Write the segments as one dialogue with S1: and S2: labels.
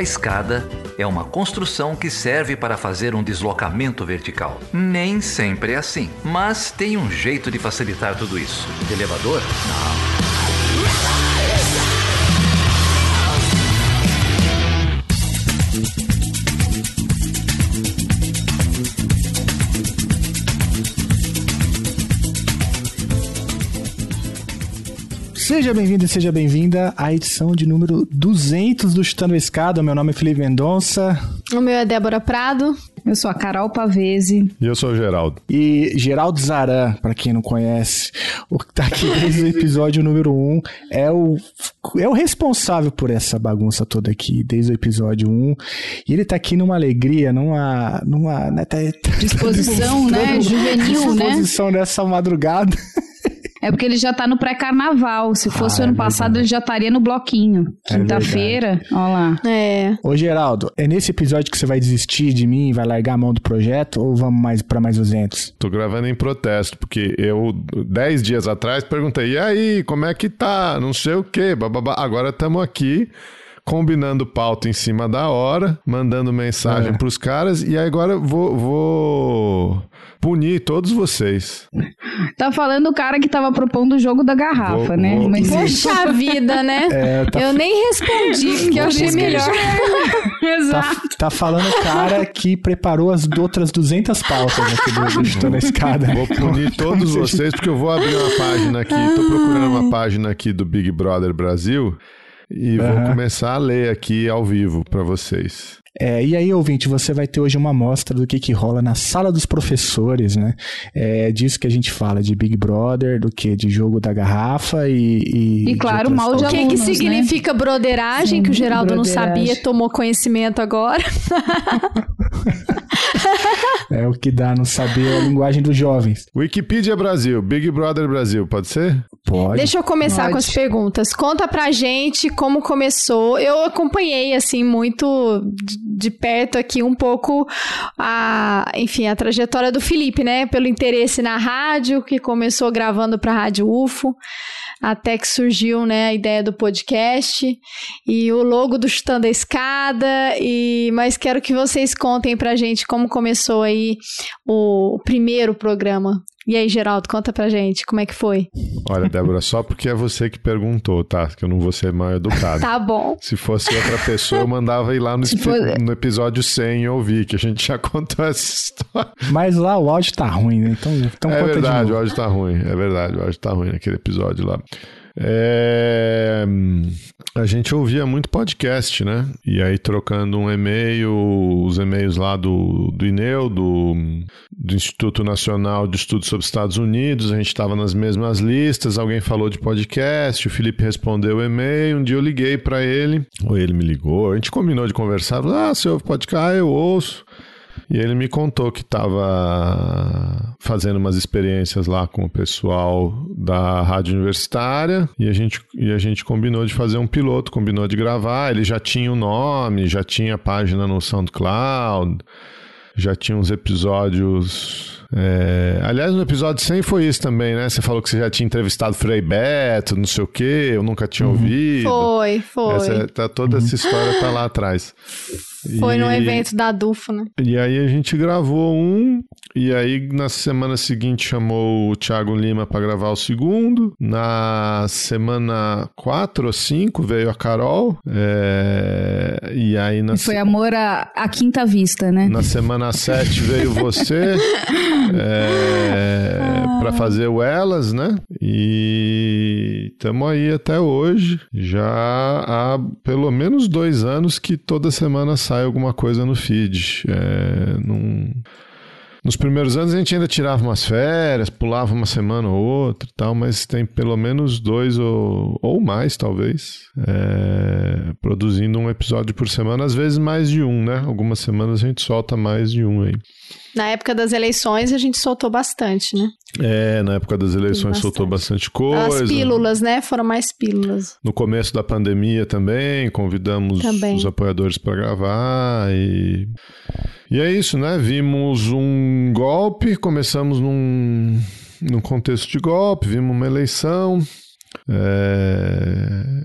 S1: escada é uma construção que serve para fazer um deslocamento vertical. Nem sempre é assim, mas tem um jeito de facilitar tudo isso. Elevador? Não.
S2: Seja bem-vindo e seja bem-vinda à edição de número 200 do Chutando a Escada. Meu nome é Felipe Mendonça.
S3: O meu é Débora Prado.
S4: Eu sou a Carol Pavese.
S5: E eu sou o Geraldo.
S2: E Geraldo Zaran, pra quem não conhece, o que tá aqui desde o episódio número 1, é o responsável por essa bagunça toda aqui, desde o episódio 1. E ele tá aqui numa alegria, numa né,
S4: disposição, né? Juvenil, né?
S2: Disposição nessa madrugada.
S4: É porque ele já tá no pré-carnaval. Se fosse o ano passado, ele já estaria no bloquinho. Quinta-feira, ó lá.
S2: Ô, Geraldo, é nesse episódio que você vai desistir de mim, vai largar a mão do projeto, ou vamos pra mais 200?
S5: Tô gravando em protesto, porque eu, 10 dias atrás, perguntei, e aí, como é que tá? Não sei o quê, bababá. Agora estamos aqui, combinando pauta em cima da hora, mandando mensagem pros caras, e agora vou punir todos vocês.
S4: Tá falando o cara que tava propondo o jogo da garrafa, né?
S3: Mas poxa vida, né? Eu nem respondi, porque eu achei melhor.
S4: Exato.
S2: Tá falando o cara que preparou as outras 200 pautas aqui do Chutando a Escada.
S5: Vou punir todos vocês, porque eu vou abrir uma página aqui, tô procurando uma página aqui do Big Brother Brasil, e vou começar a ler aqui ao vivo pra vocês.
S2: E aí, ouvinte, você vai ter hoje uma amostra do que rola na sala dos professores, né? É disso que a gente fala, de Big Brother, do que? De jogo da garrafa e
S4: claro, mal de alunos,
S3: o que significa broderagem, que o Geraldo não sabia, tomou conhecimento agora.
S2: É o que dá não saber a linguagem dos jovens.
S5: Wikipedia Brasil, Big Brother Brasil, pode ser?
S2: Pode.
S3: Deixa eu começar com as perguntas. Conta pra gente como começou. Eu acompanhei, assim, muito de perto aqui um pouco a trajetória do Felipe, né? Pelo interesse na rádio, que começou gravando pra Rádio UFO, até que surgiu, né, a ideia do podcast e o logo do Chutando a Escada. Mas quero que vocês contem pra gente como começou aí o primeiro programa. E aí, Geraldo, conta pra gente, como é que foi?
S5: Olha, Débora, só porque é você que perguntou, tá? Que eu não vou ser mal educado.
S3: Tá bom.
S5: Se fosse outra pessoa, eu mandava ir lá no episódio 100 e ouvir, que a gente já contou essa história.
S2: Mas lá o áudio tá ruim, né? Então
S5: é
S2: conta
S5: verdade,
S2: de novo.
S5: o áudio tá ruim. É verdade, o áudio tá ruim naquele episódio lá. A gente ouvia muito podcast, né? E aí trocando um e-mail, os e-mails lá do INEU, do Instituto Nacional de Estudos sobre Estados Unidos, a gente estava nas mesmas listas, alguém falou de podcast, o Felipe respondeu o e-mail, um dia eu liguei para ele, ou ele me ligou, a gente combinou de conversar, você ouve podcast? Eu ouço. E ele me contou que estava fazendo umas experiências lá com o pessoal da rádio universitária e a gente combinou de fazer um piloto, combinou de gravar. Ele já tinha o nome, já tinha página no SoundCloud, já tinha uns episódios... Aliás, no episódio 100 foi isso também, né? Você falou que você já tinha entrevistado Frei Beto, não sei o quê, eu nunca tinha ouvido.
S3: Foi.
S5: Toda essa história tá lá atrás.
S3: Foi num evento da DUFO, né?
S5: E aí a gente gravou e aí na semana seguinte chamou o Thiago Lima pra gravar o segundo. Na semana 4 ou 5 veio a Carol. E aí
S4: foi amor à quinta vista, né?
S5: Na semana 7 veio você pra fazer o Elas, né? E estamos aí até hoje. Já há pelo menos 2 anos que toda semana sai alguma coisa no feed. Nos primeiros anos a gente ainda tirava umas férias, pulava uma semana ou outra e tal, mas tem pelo menos 2 ou mais, talvez, produzindo um episódio por semana, às vezes mais de um, né? Algumas semanas a gente solta mais de um aí.
S3: Na época das eleições a gente soltou bastante, né?
S5: Na época das eleições soltou bastante coisa.
S3: As pílulas, né? Foram mais pílulas.
S5: No começo da pandemia também, convidamos os apoiadores para gravar e é isso, né? Vimos um golpe, começamos num contexto de golpe, vimos uma eleição,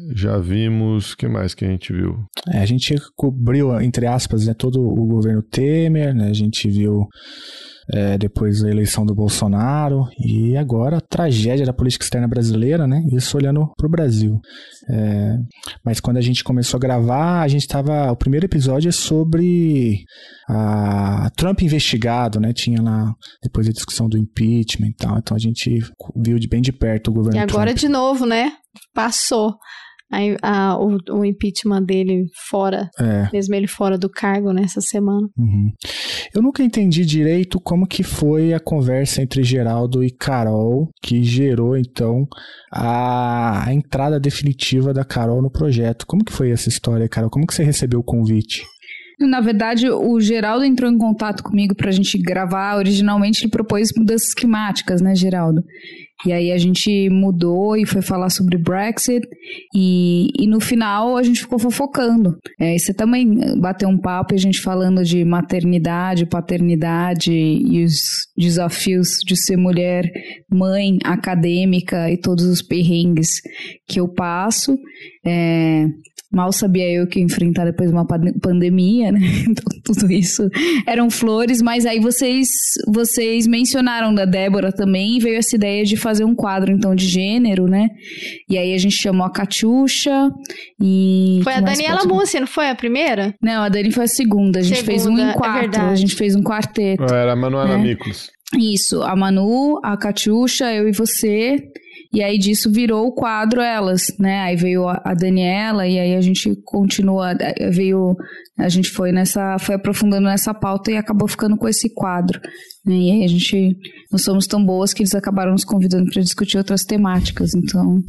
S5: Já vimos... O que mais que a gente viu?
S2: A gente cobriu, entre aspas, né, todo o governo Temer, né? A gente viu depois a eleição do Bolsonaro e agora a tragédia da política externa brasileira, né? Isso olhando pro Brasil. Mas quando a gente começou a gravar, o primeiro episódio é sobre a Trump investigado, né? Tinha lá depois a discussão do impeachment e tal. Então a gente viu bem de perto o governo Trump.
S3: E agora de novo, né? Passou o impeachment dele fora, mesmo ele fora do cargo nessa semana.
S2: Uhum. Eu nunca entendi direito como que foi a conversa entre Geraldo e Carol, que gerou, então, a entrada definitiva da Carol no projeto. Como que foi essa história, Carol? Como que você recebeu o convite?
S4: Na verdade, o Geraldo entrou em contato comigo pra gente gravar. Originalmente, ele propôs mudanças climáticas, né, Geraldo? E aí a gente mudou e foi falar sobre Brexit e no final a gente ficou fofocando. E você também bateu um papo e a gente falando de maternidade, paternidade e os desafios de ser mulher, mãe, acadêmica e todos os perrengues que eu passo. Mal sabia eu que ia enfrentar depois uma pandemia, né? Então, tudo isso eram flores, mas aí vocês mencionaram da Débora também e veio essa ideia de fazer um quadro, então, de gênero, né? E aí a gente chamou a Catiuxa e...
S3: Foi a Daniela Mussi, não foi a primeira?
S4: Não, a Dani foi a segunda. A gente fez um em quatro, a gente fez um quarteto.
S5: Era a Manuela Miklos.
S4: Isso, a Manu, a Catiuxa, eu e você... E aí disso virou o quadro Elas, né? Aí veio a Daniela e aí a gente continua, a gente foi aprofundando nessa pauta e acabou ficando com esse quadro. Né? E aí nós somos tão boas que eles acabaram nos convidando para discutir outras temáticas. Então,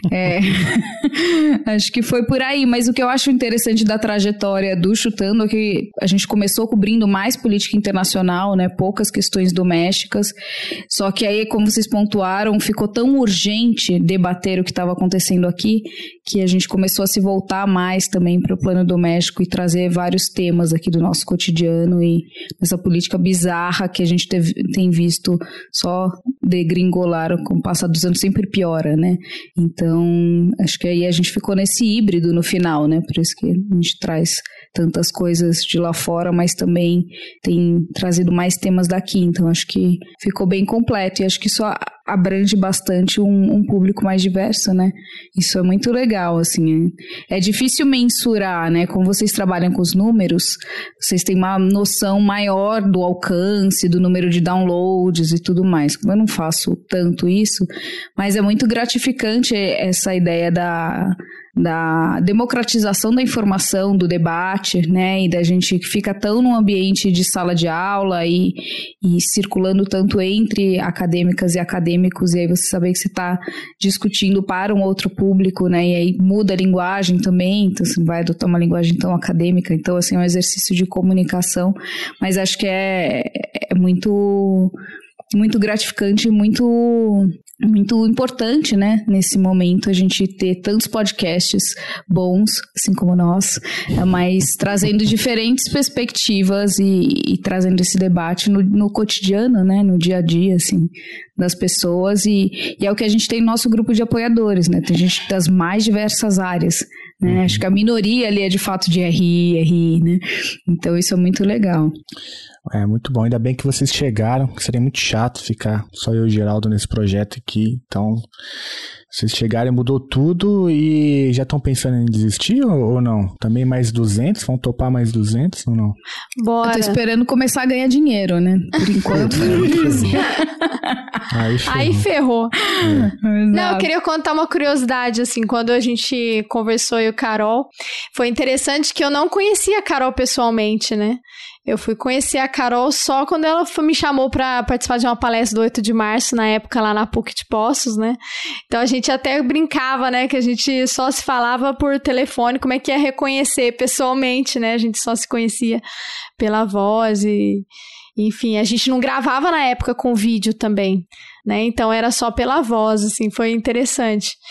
S4: acho que foi por aí. Mas o que eu acho interessante da trajetória do Chutando é que a gente começou cobrindo mais política internacional, né? Poucas questões domésticas. Só que aí, como vocês pontuaram, ficou tão urgente debater o que estava acontecendo aqui, que a gente começou a se voltar mais também para o plano doméstico e trazer vários temas aqui do nosso cotidiano e essa política bizarra que a gente tem visto só degringolar com o passar dos anos, sempre piora, né? Então, acho que aí a gente ficou nesse híbrido no final, né? Por isso que a gente traz tantas coisas de lá fora, mas também tem trazido mais temas daqui, então acho que ficou bem completo e acho que isso abrange bastante um público mais diverso, né? Isso é muito legal, assim. É difícil mensurar, né? Como vocês trabalham com os números, vocês têm uma noção maior do alcance, do número de downloads e tudo mais. Como eu não faço tanto isso, mas é muito gratificante essa ideia da democratização da informação, do debate, né, e da gente que fica tão num ambiente de sala de aula e circulando tanto entre acadêmicas e acadêmicos, e aí você saber que você está discutindo para um outro público, né, e aí muda a linguagem também, então você não vai adotar uma linguagem tão acadêmica, então assim, é um exercício de comunicação, mas acho que é muito gratificante, muito importante, né, nesse momento a gente ter tantos podcasts bons, assim como nós, mas trazendo diferentes perspectivas e trazendo esse debate no cotidiano, né, no dia a dia, assim, das pessoas e é o que a gente tem no nosso grupo de apoiadores, né, tem gente das mais diversas áreas, né, acho que a minoria ali é de fato de RI, né, então isso é muito legal.
S2: É muito bom, ainda bem que vocês chegaram, que seria muito chato ficar só eu e o Geraldo nesse projeto aqui, então vocês chegaram e mudou tudo e já estão pensando em desistir ou não? Também mais 200? Vão topar mais 200 ou não?
S3: Bora.
S4: Eu tô esperando começar a ganhar dinheiro, né? Por enquanto.
S3: Aí ferrou. Não, eu queria contar uma curiosidade, assim, quando a gente conversou eu e o Carol, foi interessante que eu não conhecia a Carol pessoalmente, né? Eu fui conhecer a Carol só quando ela me chamou para participar de uma palestra do 8 de março, na época lá na PUC de Poços, né? Então a gente até brincava, né? Que a gente só se falava por telefone, como é que ia reconhecer pessoalmente, né? A gente só se conhecia pela voz e... Enfim, a gente não gravava na época com vídeo também, né? Então era só pela voz, assim, foi interessante.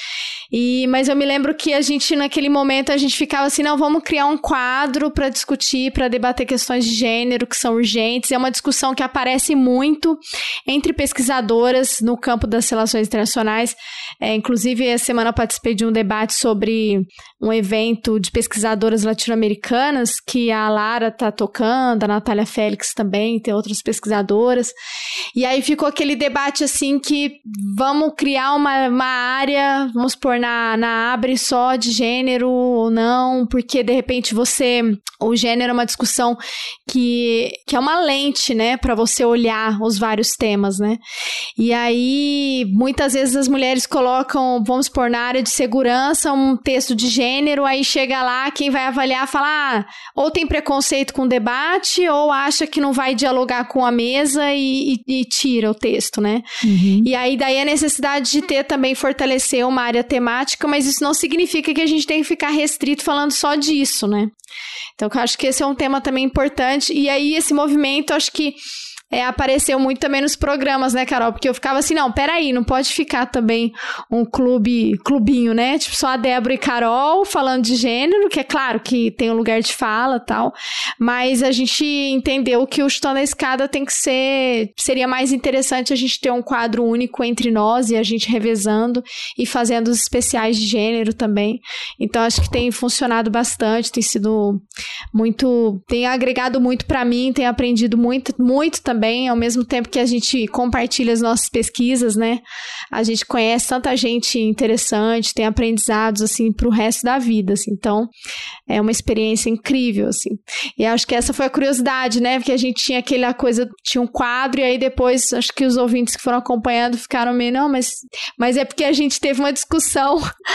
S3: Mas eu me lembro que a gente, naquele momento, a gente ficava assim, não, vamos criar um quadro para discutir, para debater questões de gênero que são urgentes. É uma discussão que aparece muito entre pesquisadoras no campo das relações internacionais. Inclusive, essa semana eu participei de um debate sobre um evento de pesquisadoras latino-americanas que a Lara está tocando, a Natália Félix também, tem outras pesquisadoras. E aí ficou aquele debate assim que vamos criar uma área, vamos pôr na ABRE só de gênero ou não, porque de repente o gênero é uma discussão que é uma lente, né, para você olhar os vários temas, né? E aí, muitas vezes as mulheres colocam, vamos pôr na área de segurança, um texto de gênero, aí chega lá, quem vai avaliar fala, ou tem preconceito com o debate, ou acha que não vai dialogar com a mesa e tira o texto, né? Uhum. E aí, daí a necessidade de também fortalecer uma área temática, mas isso não significa que a gente tem que ficar restrito falando só disso, né? Então, eu acho que esse é um tema também importante. E aí, esse movimento, acho que apareceu muito também nos programas, né, Carol? Porque eu ficava assim, não, peraí, não pode ficar também um clubinho, né? Tipo, só a Débora e Carol falando de gênero, que é claro que tem um lugar de fala e tal, mas a gente entendeu que o Chutando a Escada seria mais interessante a gente ter um quadro único entre nós e a gente revezando e fazendo os especiais de gênero também. Então, acho que tem funcionado bastante, tem sido tem agregado muito pra mim, tem aprendido muito também. Ao mesmo tempo que a gente compartilha as nossas pesquisas, né? A gente conhece tanta gente interessante, tem aprendizados, assim, pro resto da vida, assim. Então, é uma experiência incrível, assim. E acho que essa foi a curiosidade, né? Porque a gente tinha tinha um quadro, e aí depois, acho que os ouvintes que foram acompanhando ficaram meio, não, mas é porque a gente teve uma discussão,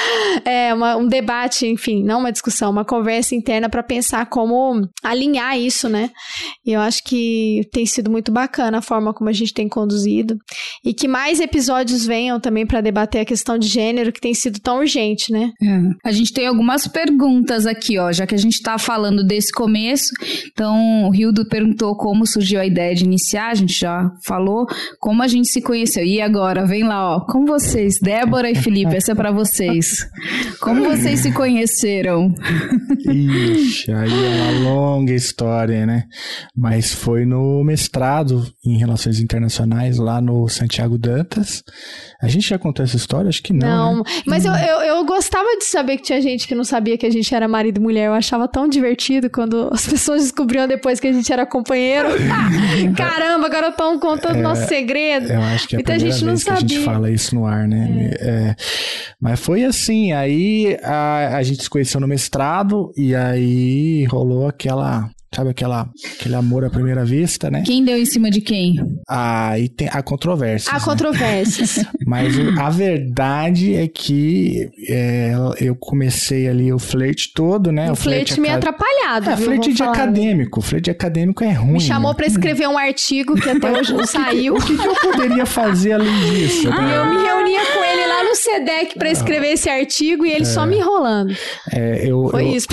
S3: um debate, enfim, não uma discussão, uma conversa interna para pensar como alinhar isso, né? E eu acho que tem sido muito bacana a forma como a gente tem conduzido e que mais episódios venham também para debater a questão de gênero que tem sido tão urgente, né?
S4: A gente tem algumas perguntas aqui, ó, já que a gente tá falando desse começo. Então, o Hildo perguntou como surgiu a ideia de iniciar, a gente já falou, como a gente se conheceu. E agora, vem lá, ó, como vocês, Débora e Felipe, essa é pra vocês. Como vocês se conheceram?
S2: Ixi, aí é uma longa história, né? Mas foi no mestrado em Relações Internacionais, lá no Santiago Dantas. A gente já contou essa história? Acho que não.
S3: Não, né? Mas eu gostava de saber que tinha gente que não sabia que a gente era marido e mulher. Eu achava tão divertido quando as pessoas descobriam depois que a gente era companheiro. Caramba, agora estão contando nosso segredo.
S2: Eu acho que é a primeira vez que a gente fala isso no ar, né? Mas foi assim, aí a gente se conheceu no mestrado e aí rolou sabe aquele amor à primeira vista, né?
S4: Quem deu em cima de quem?
S2: Aí tem a controvérsia.
S3: Há controvérsias.
S2: Mas a verdade é que eu comecei ali o flerte todo, né?
S3: O flerte meio atrapalhado, viu?
S2: Flerte de acadêmico. Flerte de acadêmico é ruim.
S3: Me chamou pra escrever um artigo que até hoje não saiu.
S2: O que eu poderia fazer além disso?
S3: Eu me reunia com ele lá no SEDEC pra escrever esse artigo e ele só me enrolando. Foi isso.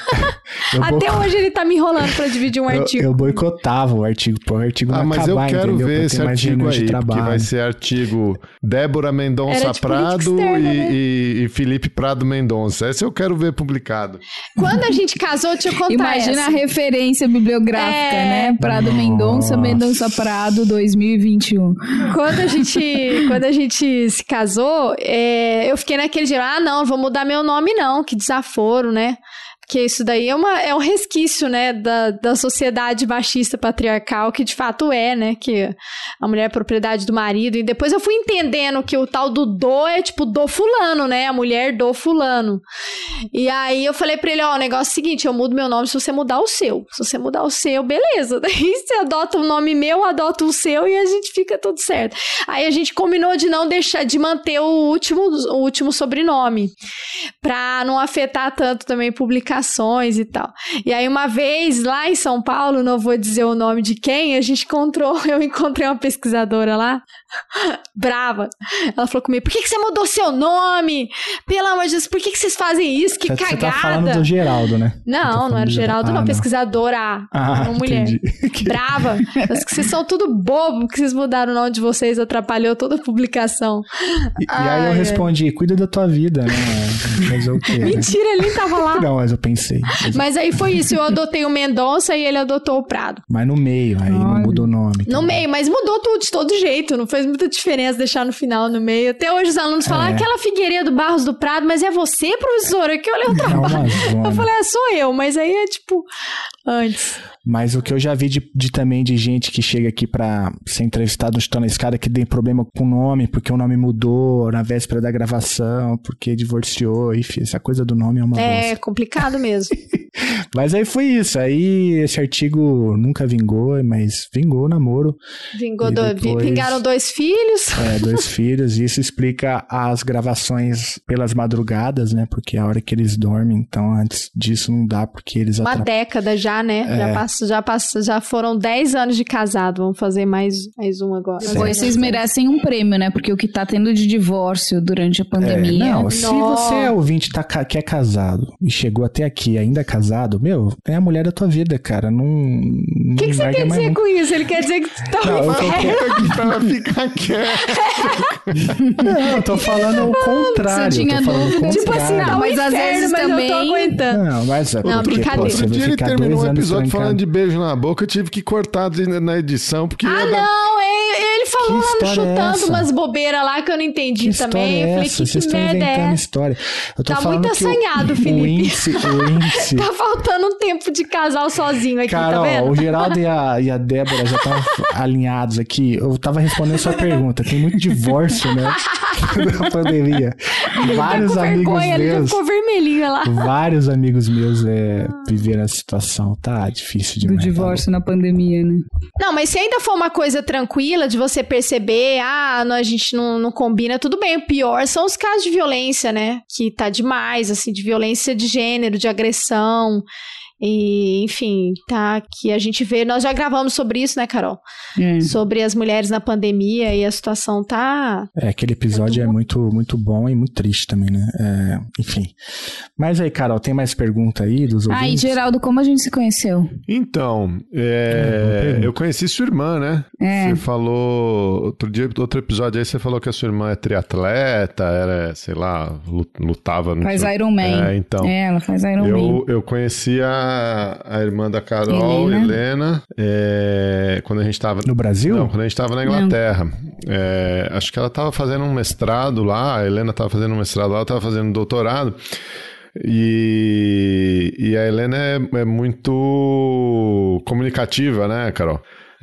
S3: Até hoje ele tá me enrolando pra dividir um artigo.
S2: Eu boicotava o artigo, o artigo não
S5: mas
S2: acabar,
S5: eu quero
S2: entendeu?
S5: ver esse artigo aí, porque vai ser artigo Débora Mendonça Prado e Felipe Prado Mendonça. Esse eu quero ver publicado.
S3: Quando a gente casou, deixa eu contar.
S4: Imagina a referência bibliográfica, né? Prado Mendonça, Mendonça Prado 2021.
S3: Quando a gente se casou, eu fiquei naquele dia, não vou mudar meu nome não, que desaforo, né? Porque isso daí é um resquício, né, da sociedade machista patriarcal, que de fato né, que a mulher é propriedade do marido. E depois eu fui entendendo que o tal do é tipo do fulano, né, a mulher do fulano. E aí eu falei pra ele, o negócio é o seguinte, eu mudo meu nome se você mudar o seu. Se você mudar o seu, beleza. Daí você adota um nome meu, adota o seu e a gente fica tudo certo. Aí a gente combinou de não deixar, de manter o último sobrenome, pra não afetar tanto também publicação e tal. E aí uma vez lá em São Paulo, não vou dizer o nome de quem, eu encontrei uma pesquisadora lá, brava. Ela falou comigo, por que você mudou seu nome? Pelo amor de Deus, por que vocês fazem isso, que cagada.
S2: Você tá falando do Geraldo, né?
S3: Não era o Geraldo, não. Pesquisadora. Uma mulher. Brava. Mas que vocês são tudo bobo, que vocês mudaram o nome de vocês, atrapalhou toda a publicação.
S2: E aí eu respondi, cuida da tua vida, né? Fazer o quê,
S3: Mentira,
S2: né?
S3: ele nem tava lá.
S2: Não, mas eu pensei.
S3: Mas aí foi isso, eu adotei o Mendonça e ele adotou o Prado.
S2: Mas no meio, aí não mudou o nome.
S3: No meio, mas mudou tudo, de todo jeito. Não fez muita diferença deixar no final, no meio. Até hoje os alunos falam, aquela Figueiredo Barros do Prado, mas é você, professora? Que olha o trabalho. Eu falei, sou eu, mas aí é tipo antes.
S2: Mas o que eu já vi também de gente que chega aqui pra ser entrevistado no Chutando a Escada, que tem problema com o nome, porque o nome mudou na véspera da gravação, porque divorciou, enfim, essa coisa do nome é uma bosta.
S3: É complicado mesmo.
S2: Mas aí foi isso, aí esse artigo nunca vingou, mas vingou o namoro.
S3: Vingaram 2 filhos.
S2: 2 filhos, e isso explica as gravações pelas madrugadas, né, porque é a hora que eles dormem, então antes disso não dá, porque eles...
S3: Uma década já, né, já foram 10 anos de casado, vamos fazer mais um agora.
S4: Vocês merecem um prêmio, né, porque o que tá tendo de divórcio durante a pandemia...
S2: Se você é ouvinte que é casado e chegou até aqui ainda casado, tem a mulher da tua vida, cara, não... O
S3: que você quer dizer com isso? Ele quer dizer que tu tá
S5: pra ficar quieto.
S2: Não, eu tô falando o contrário.
S4: Você tinha dúvida,
S3: tipo assim, mas às vezes também... eu tô aguentando.
S2: Não, mas é porque,
S3: brincadeira.
S2: Você
S5: Um dia ele terminou um episódio falando de beijo na boca, eu tive que cortar na edição, porque...
S3: não, ele falou lá no Chutando umas bobeiras lá que eu não entendi também. Eu falei, que merda é essa?
S2: História. Eu tô
S3: tá
S2: falando
S3: muito assanhado, Felipe.
S2: O índice...
S3: Tá faltando um tempo de casal sozinho aqui,
S2: cara,
S3: tá vendo?
S2: O Geraldo e a Débora já estavam alinhados aqui. Eu tava respondendo sua pergunta. Tem muito divórcio, né? Na pandemia. Vários amigos meus...
S3: Ele já ficou vermelhinho lá.
S2: Vários amigos meus viveram essa situação. Tá difícil demais.
S4: Do divórcio na pandemia, né?
S3: Não, mas se ainda for uma coisa tranquila de você perceber, a gente não combina, tudo bem. O pior são os casos de violência, né? Que tá demais, assim, de violência de gênero, de agressão. E, enfim, tá, que a gente vê, nós já gravamos sobre isso, né, Carol? Sobre as mulheres na pandemia e a situação tá...
S2: aquele episódio é muito, muito bom e muito triste também, né? Enfim. Mas aí, Carol, tem mais pergunta aí dos ouvintes?
S4: E Geraldo, como a gente se conheceu?
S5: Então, eu conheci sua irmã, né? Você falou, outro episódio aí, você falou que a sua irmã é triatleta, era, sei lá, lutava...
S4: Faz Ironman.
S5: Então.
S4: Ela faz Ironman.
S5: Eu conheci a irmã da Carol, Helena, quando a gente estava...
S2: No Brasil?
S5: Não, quando a gente estava na Inglaterra. Acho que ela estava fazendo um mestrado lá, a Helena estava fazendo um mestrado lá, ela estava fazendo um doutorado. E a Helena é muito comunicativa, né, Carol?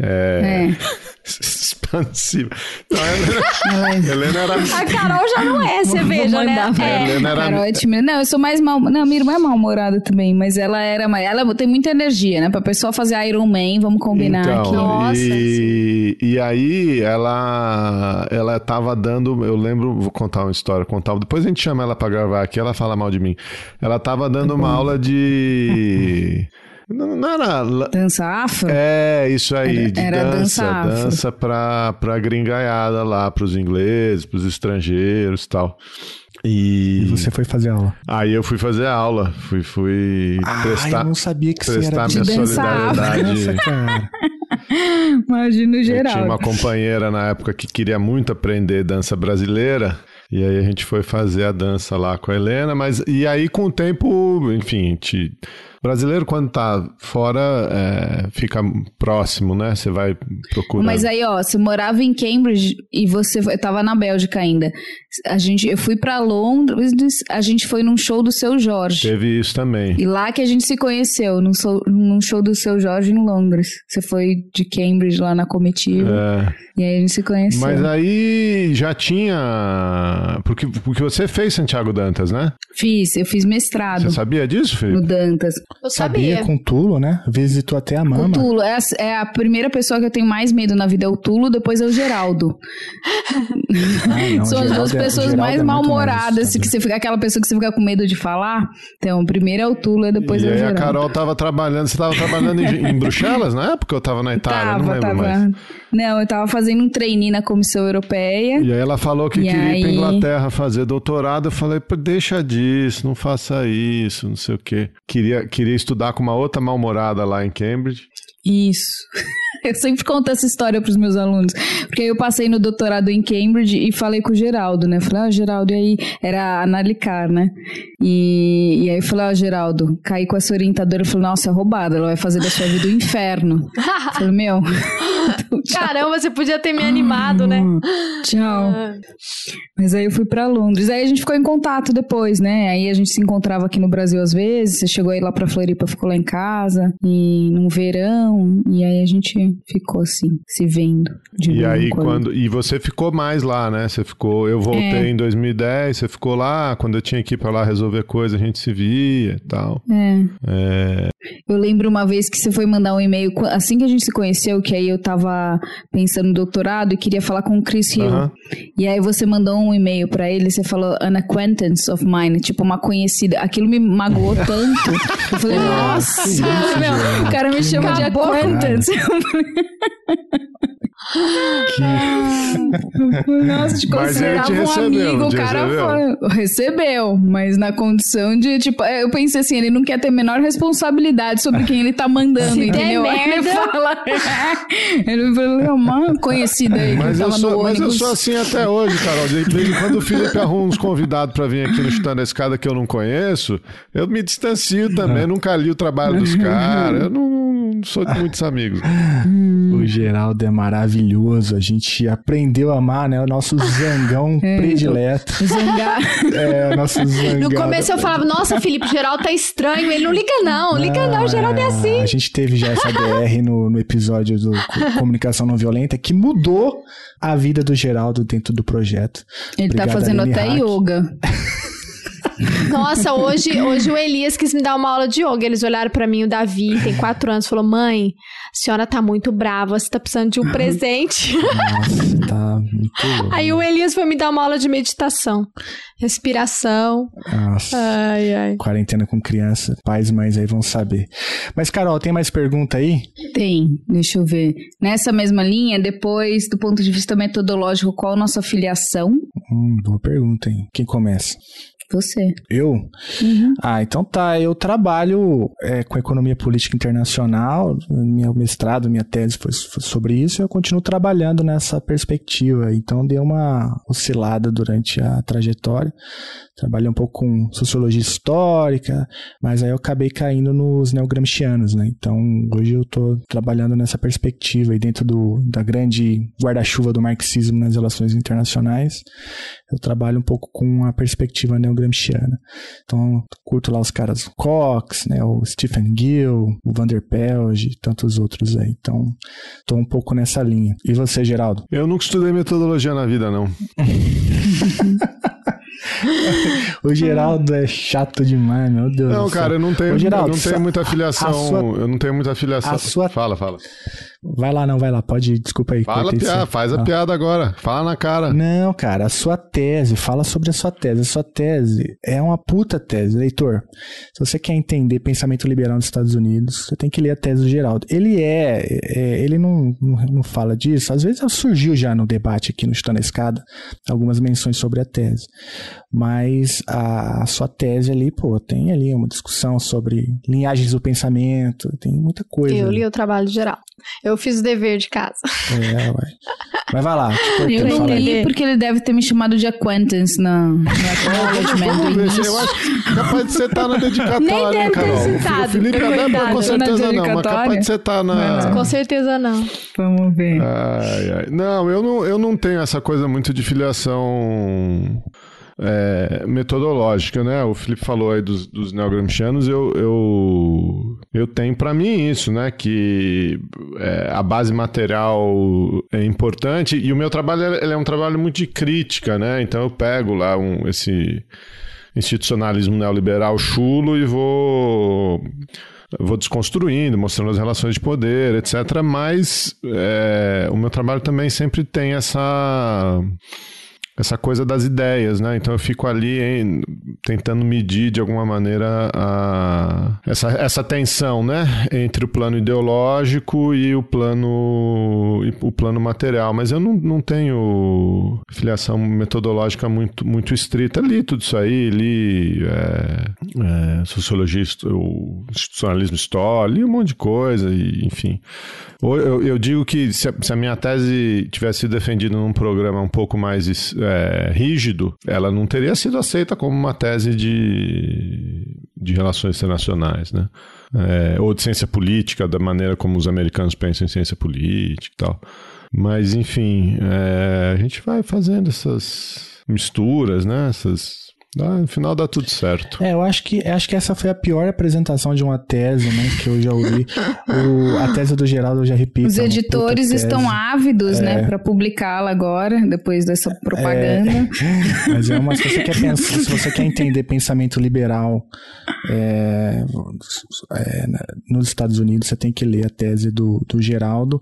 S5: Expansiva. Então, a Helena era...
S3: A Carol já não é, você veja, né?
S5: A Helena era...
S4: Carol é tímida. Não, eu sou mais mal... Não, minha irmã é mal-humorada também, mas ela era mais... Ela tem muita energia, né? Pra pessoa fazer Iron Man, vamos combinar aqui.
S3: Nossa,
S5: e aí, ela tava dando... Eu lembro, vou contar uma história. Depois a gente chama ela pra gravar aqui, ela fala mal de mim. Ela tava dando uma aula de... Não era...
S4: Dança afro?
S5: Isso aí,
S4: era
S5: dança pra gringaiada lá, pros ingleses, pros estrangeiros e tal. E
S2: você foi fazer aula?
S5: Aí eu fui fazer aula, fui prestar...
S2: eu não sabia que você era
S5: minha solidariedade.
S2: Nossa, cara.
S4: Imagina o Geraldo.
S5: Eu tinha uma companheira na época que queria muito aprender dança brasileira. E aí a gente foi fazer a dança lá com a Helena, e aí com o tempo, enfim, brasileiro quando tá fora fica próximo, né? Você vai procurar.
S4: Mas aí, você morava em Cambridge e você tava na Bélgica ainda. Eu fui pra Londres, a gente foi num show do Seu Jorge.
S5: Teve isso também.
S4: E lá que a gente se conheceu, num show do Seu Jorge em Londres. Você foi de Cambridge lá na comitiva. E aí a gente se conheceu.
S5: Mas aí já tinha... Porque você fez Santiago Dantas, né?
S4: Eu fiz mestrado.
S5: Você sabia disso, Felipe?
S4: No Dantas.
S3: Eu sabia.
S2: Com Tulo, né? Visitou até a mama.
S4: Com Tulo. É a primeira pessoa que eu tenho mais medo na vida, é o Tulo, depois é o Geraldo. São as duas pessoas mais mal-humoradas, que você fica, aquela pessoa que você fica com medo de falar. Então, o primeiro é o Tulo e depois é o Geraldo.
S5: E a Carol tava trabalhando, você tava trabalhando em Bruxelas na época? Eu tava na Itália, não lembro mais.
S4: Não, eu tava fazendo um trainee na Comissão Europeia.
S5: E aí ela falou que queria ir pra Inglaterra fazer doutorado. Eu falei, deixa disso, não faça isso, não sei o quê. Queria estudar com uma outra mal-humorada lá em Cambridge.
S4: Isso. Eu sempre conto essa história pros meus alunos. Porque aí eu passei no doutorado em Cambridge e falei com o Geraldo, né? Falei, Geraldo, e aí? Era a Nalicar, né? E aí eu falei, Geraldo, caí com essa orientadora. Eu falei, nossa, é roubada, ela vai fazer da sua vida o inferno. Eu falei, meu...
S3: Caramba, você podia ter me animado, né?
S4: Tchau. Mas aí eu fui pra Londres. Aí a gente ficou em contato depois, né? Aí a gente se encontrava aqui no Brasil às vezes. Você chegou aí lá pra Floripa, ficou lá em casa. E num verão. E aí a gente ficou assim, se vendo.
S5: E aí E você ficou mais lá, né? Você ficou... Eu voltei em 2010, você ficou lá. Quando eu tinha que ir pra lá resolver coisa, a gente se via e tal.
S4: Eu lembro uma vez que você foi mandar um e-mail, assim que a gente se conheceu, que aí eu tava pensando no doutorado e queria falar com o Chris Hill. E aí você mandou um e-mail pra ele, você falou an acquaintance of mine, tipo uma conhecida. Aquilo me magoou tanto. Eu falei, nossa, o cara me chama de acquaintance. Nossa, te considerava um amigo, o cara recebeu, mas na condição de, tipo, eu pensei assim, ele não quer ter a menor responsabilidade sobre quem ele tá mandando, entendeu? Ele fala, ele falou, uma conhecida aí que tava no ônibus.
S5: Mas eu sou assim até hoje, Carol. De vez em quando o Felipe arruma uns convidados pra vir aqui no Chutando a Escada que eu não conheço, eu me distancio também, nunca li o trabalho dos caras, eu não sou de muitos amigos.
S2: O Geraldo é maravilhoso, a gente aprendeu a amar, né? O nosso zangão predileto.
S3: Zangar.
S2: O nosso zangão.
S3: No começo eu falava, nossa, Felipe, o Geraldo tá estranho, ele não liga não, o Geraldo é assim.
S2: A gente teve já essa DR no episódio do Comunicação Não Violenta, que mudou a vida do Geraldo dentro do projeto.
S4: Ele tá fazendo até yoga.
S3: Nossa, hoje o Elias quis me dar uma aula de yoga. Eles olharam pra mim, o Davi, tem 4 anos, falou, mãe, a senhora tá muito brava, você tá precisando de um presente.
S2: Nossa, tá muito louco.
S3: Aí o Elias foi me dar uma aula de meditação, respiração.
S2: Nossa, quarentena com criança, pais e mães aí vão saber. Mas, Carol, tem mais pergunta aí?
S4: Tem, deixa eu ver. Nessa mesma linha, depois, do ponto de vista metodológico, qual a nossa filiação?
S2: Boa pergunta, hein? Quem começa?
S4: Você.
S2: Eu? Então tá. Eu trabalho com economia política internacional. Meu mestrado, minha tese foi sobre isso. E eu continuo trabalhando nessa perspectiva. Então dei uma oscilada durante a trajetória. Trabalhei um pouco com sociologia histórica, mas aí eu acabei caindo nos neogramscianos, né? Então hoje eu tô trabalhando nessa perspectiva aí dentro da grande guarda-chuva do marxismo nas relações internacionais. Eu trabalho um pouco com a perspectiva neogramsciana. Então, curto lá os caras Cox, né, o Stephen Gill, o Van der Pelde e tantos outros aí. Então, tô um pouco nessa linha. E você, Geraldo?
S5: Eu nunca estudei metodologia na vida, não.
S2: O Geraldo é chato demais, meu Deus.
S5: Não, cara, eu não tenho,
S2: Geraldo,
S5: eu não tenho muita afiliação. Eu não tenho muita afiliação. Fala.
S2: Vai lá, pode, desculpa aí.
S5: Faz a piada agora, fala na cara.
S2: Não, cara, a sua tese, fala sobre a sua tese. A sua tese é uma puta tese, leitor. Se você quer entender pensamento liberal nos Estados Unidos, você tem que ler a tese do Geraldo. Ele não fala disso, às vezes surgiu já no debate aqui no Chutando a Escada, algumas menções sobre a tese. Mas a sua tese ali, tem ali uma discussão sobre linhagens do pensamento, tem muita coisa.
S3: Eu li o trabalho geral. Eu fiz o dever de casa.
S2: Mas vai lá.
S4: Eu não li porque ele deve ter me chamado de acquaintance no acknowledgement do início.
S5: Eu acho que capaz de você estar na dedicatória,
S3: Nem deve
S5: Carol.
S3: ter citado.
S5: O Felipe até com certeza não, mas capaz de você estar na...
S3: Com certeza não.
S4: Vamos ver.
S5: Não, eu não tenho essa coisa muito de filiação... metodológica, né? O Felipe falou aí dos neogramscianos, eu tenho pra mim isso, né? Que a base material é importante e o meu trabalho ele é um trabalho muito de crítica, né? Então eu pego lá esse institucionalismo neoliberal chulo e vou desconstruindo, mostrando as relações de poder, etc. Mas o meu trabalho também sempre tem essa coisa das ideias, né? Então eu fico ali tentando medir de alguma maneira essa tensão, né? Entre o plano ideológico e o plano material. Mas eu não tenho filiação metodológica muito estrita. Li tudo isso aí, li sociologia, o institucionalismo histórico, li um monte de coisa, e, enfim. Eu digo que se a minha tese tivesse sido defendida num programa um pouco mais rígido, ela não teria sido aceita como uma tese de relações internacionais, né? Ou de ciência política, da maneira como os americanos pensam em ciência política e tal. Mas, enfim, a gente vai fazendo essas misturas, né? No final dá tudo certo.
S2: Eu acho que essa foi a pior apresentação de uma tese, né, que eu já ouvi. A tese do Geraldo, eu já repito.
S4: Os editores estão ávidos, né, para publicá-la agora, depois dessa propaganda.
S2: Mas se você quer pensar, se você quer entender pensamento liberal nos Estados Unidos, você tem que ler a tese do Geraldo.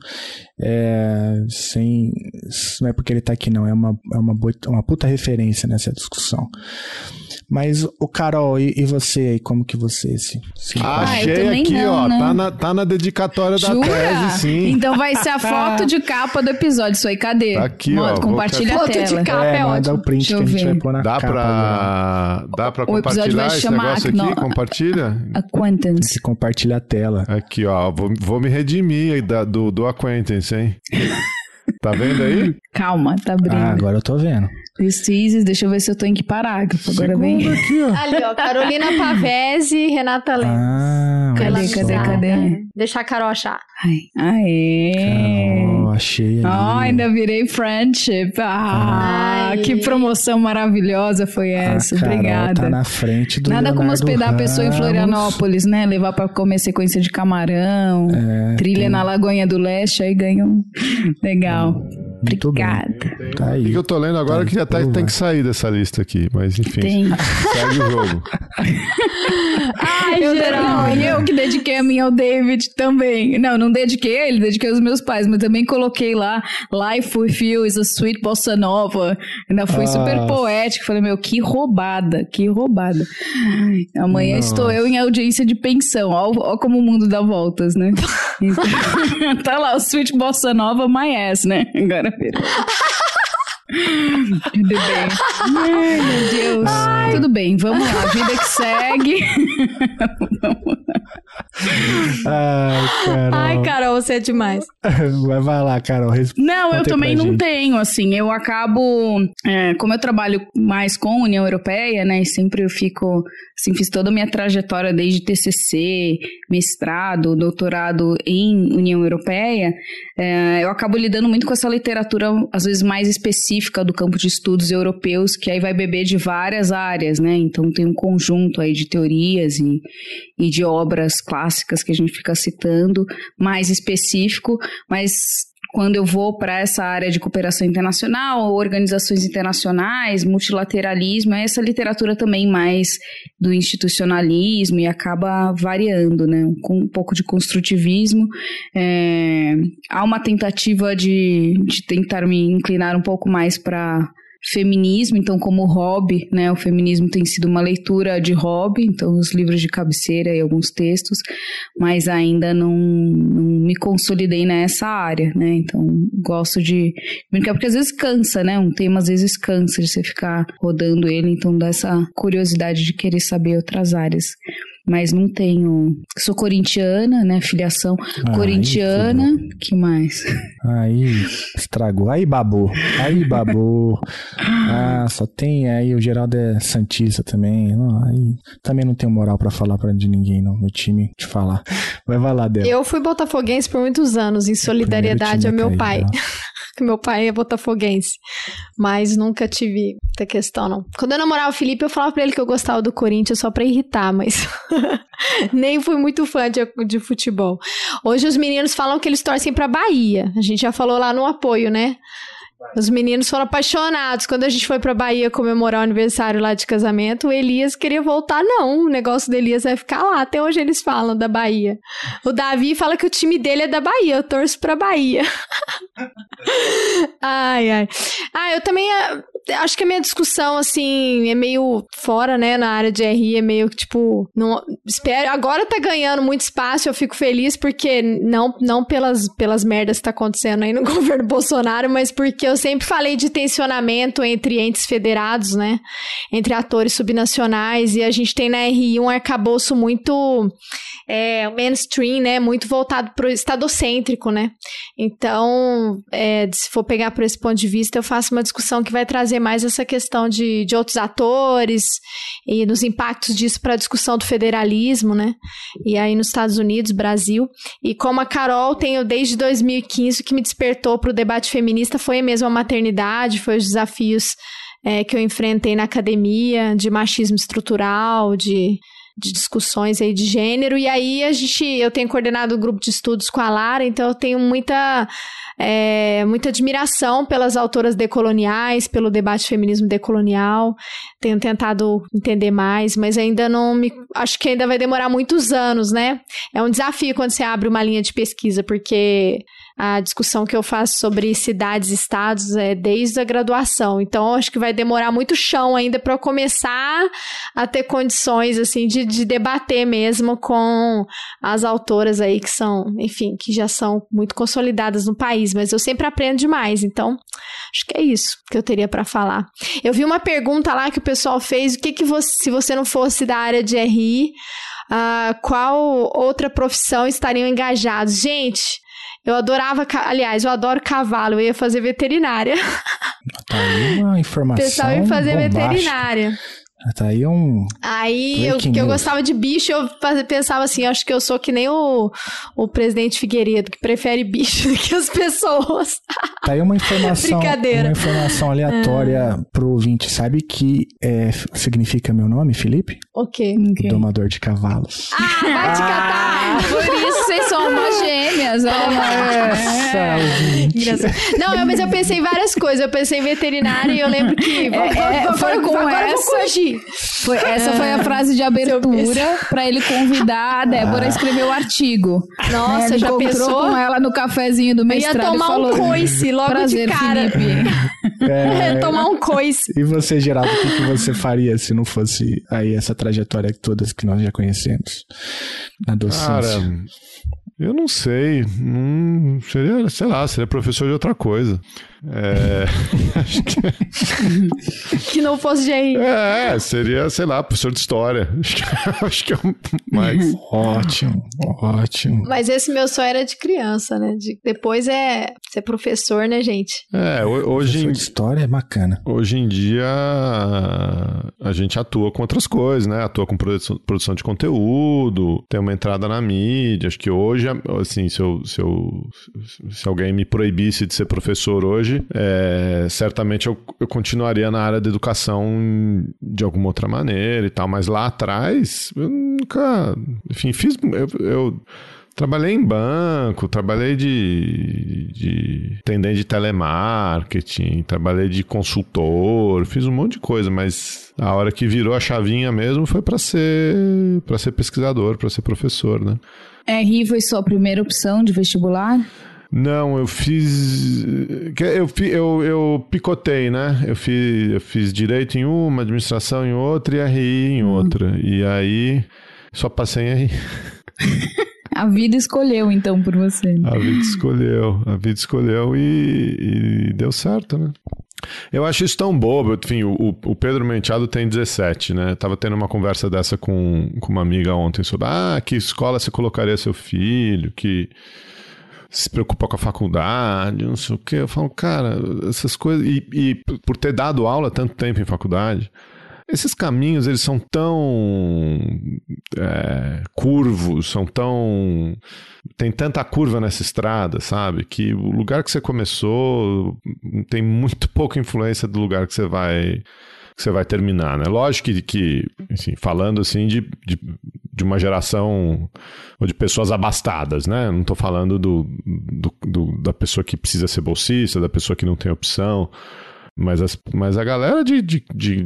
S2: Não é porque ele tá aqui, não. É uma puta referência nessa discussão. Mas, o Carol, e você, como que você se
S5: achei aqui, não, ó, né? Tá na dedicatória da tese, sim.
S4: Então vai ser a foto de capa do episódio, isso aí, cadê?
S5: Tá aqui, ó.
S4: Compartilha a tela.
S3: Foto de capa é ótimo.
S2: Dá o print que a gente vai pôr na capa.
S5: Dá pra compartilhar esse negócio aqui? Compartilha?
S2: Tem
S4: Acquaintance.
S2: que compartilhar a tela.
S5: Aqui, ó, vou me redimir do Acquaintance, hein? Tá vendo aí?
S4: Calma, tá abrindo.
S2: Agora eu tô vendo.
S4: Precises, deixa eu ver se eu tô em que parágrafo. Agora vem.
S5: Aqui, ó.
S3: Ali, ó, Carolina Pavese e Renata Lemos.
S4: Cadê?
S3: Deixa a Carol achar.
S4: Aê!
S2: Carol, achei ali.
S4: Ainda virei friendship. Que promoção maravilhosa foi essa.
S2: Carol
S4: obrigada.
S2: Tá na frente do
S4: Nada
S2: Leonardo
S4: como hospedar
S2: Ramos.
S4: a pessoa em Florianópolis, né? Levar pra comer sequência de camarão, trilha na Lagoinha do Leste, aí ganha um... Legal.
S2: Muito
S4: Obrigada.
S2: bem. Tá aí.
S5: O que eu tô lendo agora que até tem que sair dessa lista aqui, mas enfim. Segue o jogo.
S4: E eu que dediquei a minha ao David também. Não dediquei a ele, dediquei aos meus pais, mas também coloquei lá Life with You is a Sweet Bossa Nova. Ainda fui super poético. Falei, que roubada. Amanhã estou eu em audiência de pensão. Ó como o mundo dá voltas, né? Então, tá lá, o Sweet Bossa Nova, my ass, né? Agora vira. Tudo bem. Ai, meu Deus. Tudo bem, vamos lá. Vida que segue.
S3: Ai, Carol, você é demais.
S2: Vai lá, Carol.
S4: Não, eu também não tenho, assim. Eu acabo... como eu trabalho mais com a União Europeia, né? E sempre eu fico... Assim, fiz toda a minha trajetória desde TCC, mestrado, doutorado em União Europeia. Eu acabo lidando muito com essa literatura, às vezes, mais específica do campo de estudos europeus, que aí vai beber de várias áreas, né? Então, tem um conjunto aí de teorias e de obras clássicas que a gente fica citando, mais específico, mas... Quando eu vou para essa área de cooperação internacional, organizações internacionais, multilateralismo, essa literatura também mais do institucionalismo e acaba variando, né? Com um pouco de construtivismo. Há uma tentativa de tentar me inclinar um pouco mais para feminismo, então como hobby, né, o feminismo tem sido uma leitura de hobby, então os livros de cabeceira e alguns textos, mas ainda não me consolidei nessa área, né, então gosto de brincar, porque às vezes cansa, né, um tema às vezes cansa de você ficar rodando ele, então dá essa curiosidade de querer saber outras áreas. Mas não tenho... Sou corintiana, né? Filiação corintiana. Que mais?
S2: Aí estragou. Aí babou. Só tem... Aí o Geraldo é santista também. Aí também não tenho moral pra falar de ninguém, não. Meu time, te falar. Vai lá, Débora.
S3: Eu fui botafoguense por muitos anos, em solidariedade ao meu pai. Que meu pai é botafoguense. Mas nunca tive muita questão, não. Quando eu namorava o Felipe, eu falava pra ele que eu gostava do Corinthians só pra irritar, mas nem fui muito fã de futebol. Hoje os meninos falam que eles torcem pra Bahia. A gente já falou lá no apoio, né? Os meninos foram apaixonados. Quando a gente foi pra Bahia comemorar o aniversário lá de casamento, o Elias queria voltar. Não, o negócio do Elias vai ficar lá. Até hoje eles falam da Bahia. O Davi fala que o time dele é da Bahia. Eu torço pra Bahia. Ai. Eu também acho que a minha discussão, assim, é meio fora, né, na área de RI. É meio que, tipo, não, espero. Agora tá ganhando muito espaço. Eu fico feliz porque não pelas merdas que tá acontecendo aí no governo Bolsonaro, mas porque eu sempre falei de tensionamento entre entes federados, né? Entre atores subnacionais, e a gente tem na RI um arcabouço muito mainstream, né? Muito voltado pro estadocêntrico, né? Então, se for pegar por esse ponto de vista, eu faço uma discussão que vai trazer mais essa questão de outros atores e nos impactos disso para a discussão do federalismo, né? E aí nos Estados Unidos, Brasil. E como a Carol, tenho desde 2015, o que me despertou para o debate feminista foi mesmo a maternidade, foi os desafios que eu enfrentei na academia, de machismo estrutural, de discussões aí de gênero. E aí eu tenho coordenado o grupo de estudos com a Lara, então eu tenho muita admiração pelas autoras decoloniais, pelo debate feminismo decolonial. Tenho tentado entender mais, mas ainda acho que ainda vai demorar muitos anos, né? É um desafio quando você abre uma linha de pesquisa, porque a discussão que eu faço sobre cidades e estados é desde a graduação. Então, acho que vai demorar muito chão ainda para eu começar a ter condições, assim, de debater mesmo com as autoras aí que são, enfim, que já são muito consolidadas no país. Mas eu sempre aprendo demais. Então, acho que é isso que eu teria para falar. Eu vi uma pergunta lá que o pessoal fez: se você não fosse da área de RI, qual outra profissão estariam engajados? Gente, eu adoro cavalo, eu ia fazer veterinária.
S2: Tá aí uma informação.
S3: O pessoal ia fazer
S2: bombástica.
S3: Veterinária.
S2: Tá aí
S3: eu gostava de bicho, eu pensava assim, acho que eu sou que nem o presidente Figueiredo, que prefere bicho do que as pessoas.
S2: Tá aí uma informação.
S3: Brincadeira.
S2: Uma informação aleatória pro ouvinte. Sabe que significa meu nome, Felipe?
S3: O quê?
S2: Domador de cavalos.
S3: Vai te catar!
S4: Por isso vocês são almas gêmeas.
S3: Não, mas eu pensei em várias coisas. Eu pensei em veterinária e eu lembro que
S4: foi com
S3: agora eu vou corrigir.
S4: Essa foi a frase de abertura para ele convidar a Débora a escrever o artigo.
S3: Nossa,
S4: ele
S3: já
S4: encontrou
S3: pensou?
S4: Com ela no cafezinho do mestrado.
S3: Eu ia tomar um coice logo
S4: prazer,
S3: de cara.
S4: Felipe.
S3: Tomar um coice.
S2: E você, Geraldo, o que você faria se não fosse aí essa trajetória todas que nós já conhecemos na docência?
S5: Cara, eu não sei. Seria, sei lá, seria professor de outra coisa. Acho
S3: que não fosse de aí.
S5: Seria, sei lá, professor de história. Acho que é o mais.
S2: Ótimo.
S3: Mas esse meu sonho era de criança, né? Depois é ser professor, né, gente?
S2: Hoje professor de história é bacana.
S5: Hoje em dia a gente atua com outras coisas, né? Atua com produção de conteúdo, tem uma entrada na mídia. Acho que hoje, assim, se alguém me proibisse de ser professor hoje, certamente eu continuaria na área da educação de alguma outra maneira e tal, mas lá atrás eu nunca, enfim, eu trabalhei em banco, trabalhei de atendente de telemarketing, trabalhei de consultor, fiz um monte de coisa, mas a hora que virou a chavinha mesmo foi para ser pesquisador, para ser professor, né?
S4: RI foi sua primeira opção de vestibular?
S5: Não, eu fiz... Eu picotei, né? Eu fiz direito em uma, administração em outra e RI em outra. E aí, só passei em RI.
S4: A vida escolheu, então, por você. Né?
S5: A vida escolheu e deu certo, né? Eu acho isso tão bobo. Enfim, o Pedro Menteado tem 17, né? Eu tava tendo uma conversa dessa com uma amiga ontem sobre que escola você colocaria seu filho, que se preocupa com a faculdade, não sei o quê. Eu falo, cara, essas coisas... E por ter dado aula tanto tempo em faculdade, esses caminhos, eles são tão curvos, são tão... Tem tanta curva nessa estrada, sabe? Que o lugar que você começou tem muito pouca influência do lugar que você vai terminar, né? Lógico que assim, falando assim de de uma geração ou de pessoas abastadas, né? Não estou falando da pessoa que precisa ser bolsista, da pessoa que não tem opção, mas a galera de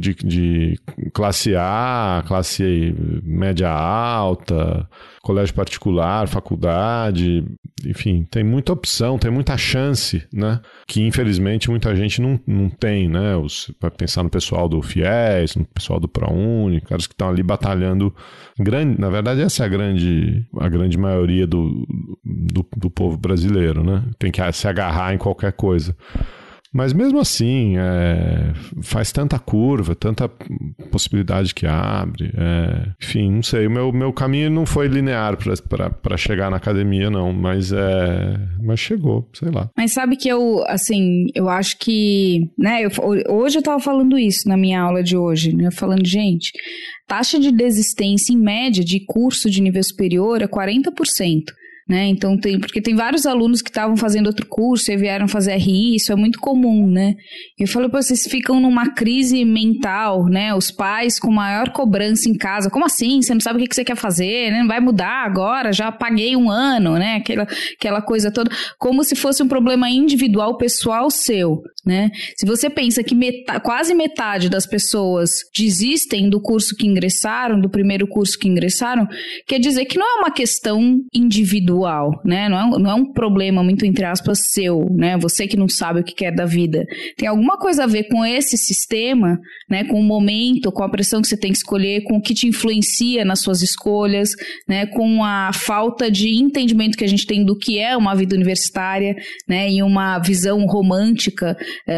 S5: classe A, classe média alta, colégio particular, faculdade, enfim, tem muita opção, tem muita chance, né? Que infelizmente muita gente não tem, né? Vai pensar no pessoal do FIES, no pessoal do ProUni, caras que estão ali batalhando. Na verdade, essa é a grande maioria do povo brasileiro, né? Tem que se agarrar em qualquer coisa. Mas mesmo assim, faz tanta curva, tanta possibilidade que abre. Enfim, não sei. O meu caminho não foi linear para chegar na academia, não. Mas chegou, sei lá.
S4: Mas sabe que eu acho que... né, hoje eu tava falando isso na minha aula de hoje, né? Falando, gente, taxa de desistência em média de curso de nível superior é 40%. Né? Então, porque tem vários alunos que estavam fazendo outro curso e vieram fazer RI, isso é muito comum, né? Eu falei, pô, vocês ficam numa crise mental, né? Os pais com maior cobrança em casa, como assim? Você não sabe o que você quer fazer, né? Não vai mudar agora, já paguei um ano, né? Aquela coisa toda, como se fosse um problema individual, pessoal seu, né? Se você pensa que quase metade das pessoas desistem do curso que ingressaram, do primeiro curso que ingressaram, quer dizer que não é uma questão individual, né? Não é um problema muito, entre aspas, seu, né? Você que não sabe o que quer da vida. Tem alguma coisa a ver com esse sistema, né? Com o momento, com a pressão que você tem que escolher, com o que te influencia nas suas escolhas, né? Com a falta de entendimento que a gente tem do que é uma vida universitária, né? E uma visão romântica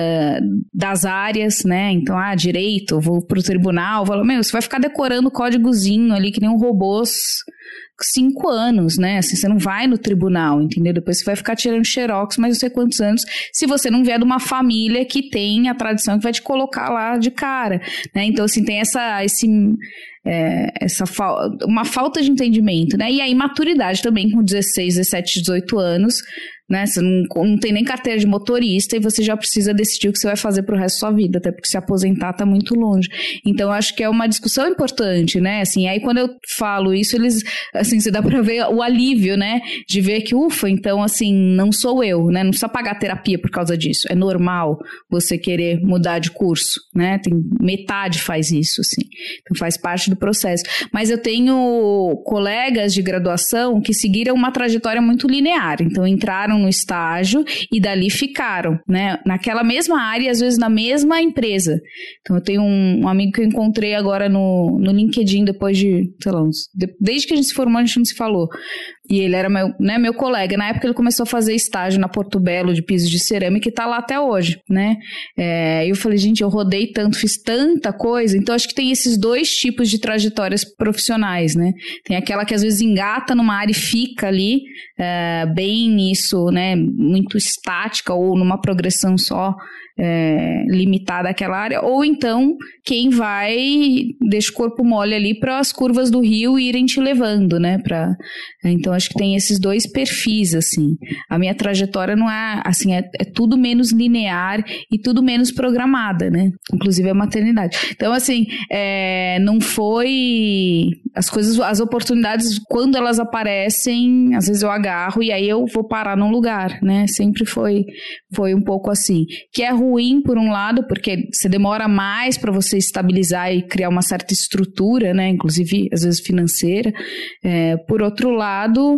S4: das áreas, né? Então, direito, vou pro tribunal, você vai ficar decorando o códigozinho ali que nem um robôs 5 anos, né? Assim, você não vai no tribunal, entendeu? Depois você vai ficar tirando xerox mais não sei quantos anos, se você não vier de uma família que tem a tradição que vai te colocar lá de cara, né? Então, assim, tem uma falta de entendimento, né? E aí, maturidade também, com 16, 17, 18 anos, né? Você não tem nem carteira de motorista e você já precisa decidir o que você vai fazer pro resto da sua vida, até porque se aposentar tá muito longe. Então, eu acho que é uma discussão importante, né? Assim, aí quando eu falo isso, eles, assim, você dá pra ver o alívio, né? De ver que, ufa, então, assim, não sou eu, né? Não precisa pagar terapia por causa disso. É normal você querer mudar de curso, né? Metade faz isso, assim. Então, faz parte do processo. Mas eu tenho colegas de graduação que seguiram uma trajetória muito linear. Então, entraram no estágio e dali ficaram, né? Naquela mesma área, às vezes na mesma empresa. Então, eu tenho um amigo que eu encontrei agora no LinkedIn depois de, sei lá, desde que a gente se formou, a gente não se falou. E ele era meu colega. Na época ele começou a fazer estágio na Porto Belo de pisos de cerâmica e tá lá até hoje, né? E eu falei, gente, eu rodei tanto, fiz tanta coisa. Então acho que tem esses dois tipos de trajetórias profissionais, né? Tem aquela que às vezes engata numa área e fica ali bem nisso, né? Muito estática ou numa progressão só limitada àquela área, ou então quem deixa o corpo mole ali para as curvas do rio irem te levando, né? Então acho que tem esses dois perfis, assim. A minha trajetória não é, assim, é tudo menos linear e tudo menos programada, né? Inclusive a maternidade. Então, assim, não foi... As oportunidades, quando elas aparecem, às vezes eu agarro e aí eu vou parar num lugar, né? Sempre foi um pouco assim. Que é ruim, por um lado, porque você demora mais para você estabilizar e criar uma certa estrutura, né? Inclusive, às vezes, financeira. Por outro lado,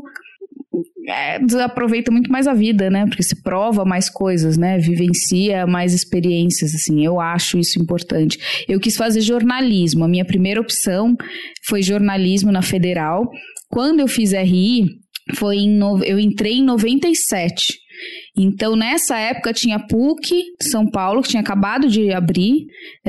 S4: desaproveita muito mais a vida, né? Porque se prova mais coisas, né? Vivencia mais experiências, assim. Eu acho isso importante. Eu quis fazer jornalismo. A minha primeira opção foi jornalismo na Federal. Quando eu fiz RI, eu entrei em 97. Então, nessa época, tinha PUC São Paulo, que tinha acabado de abrir,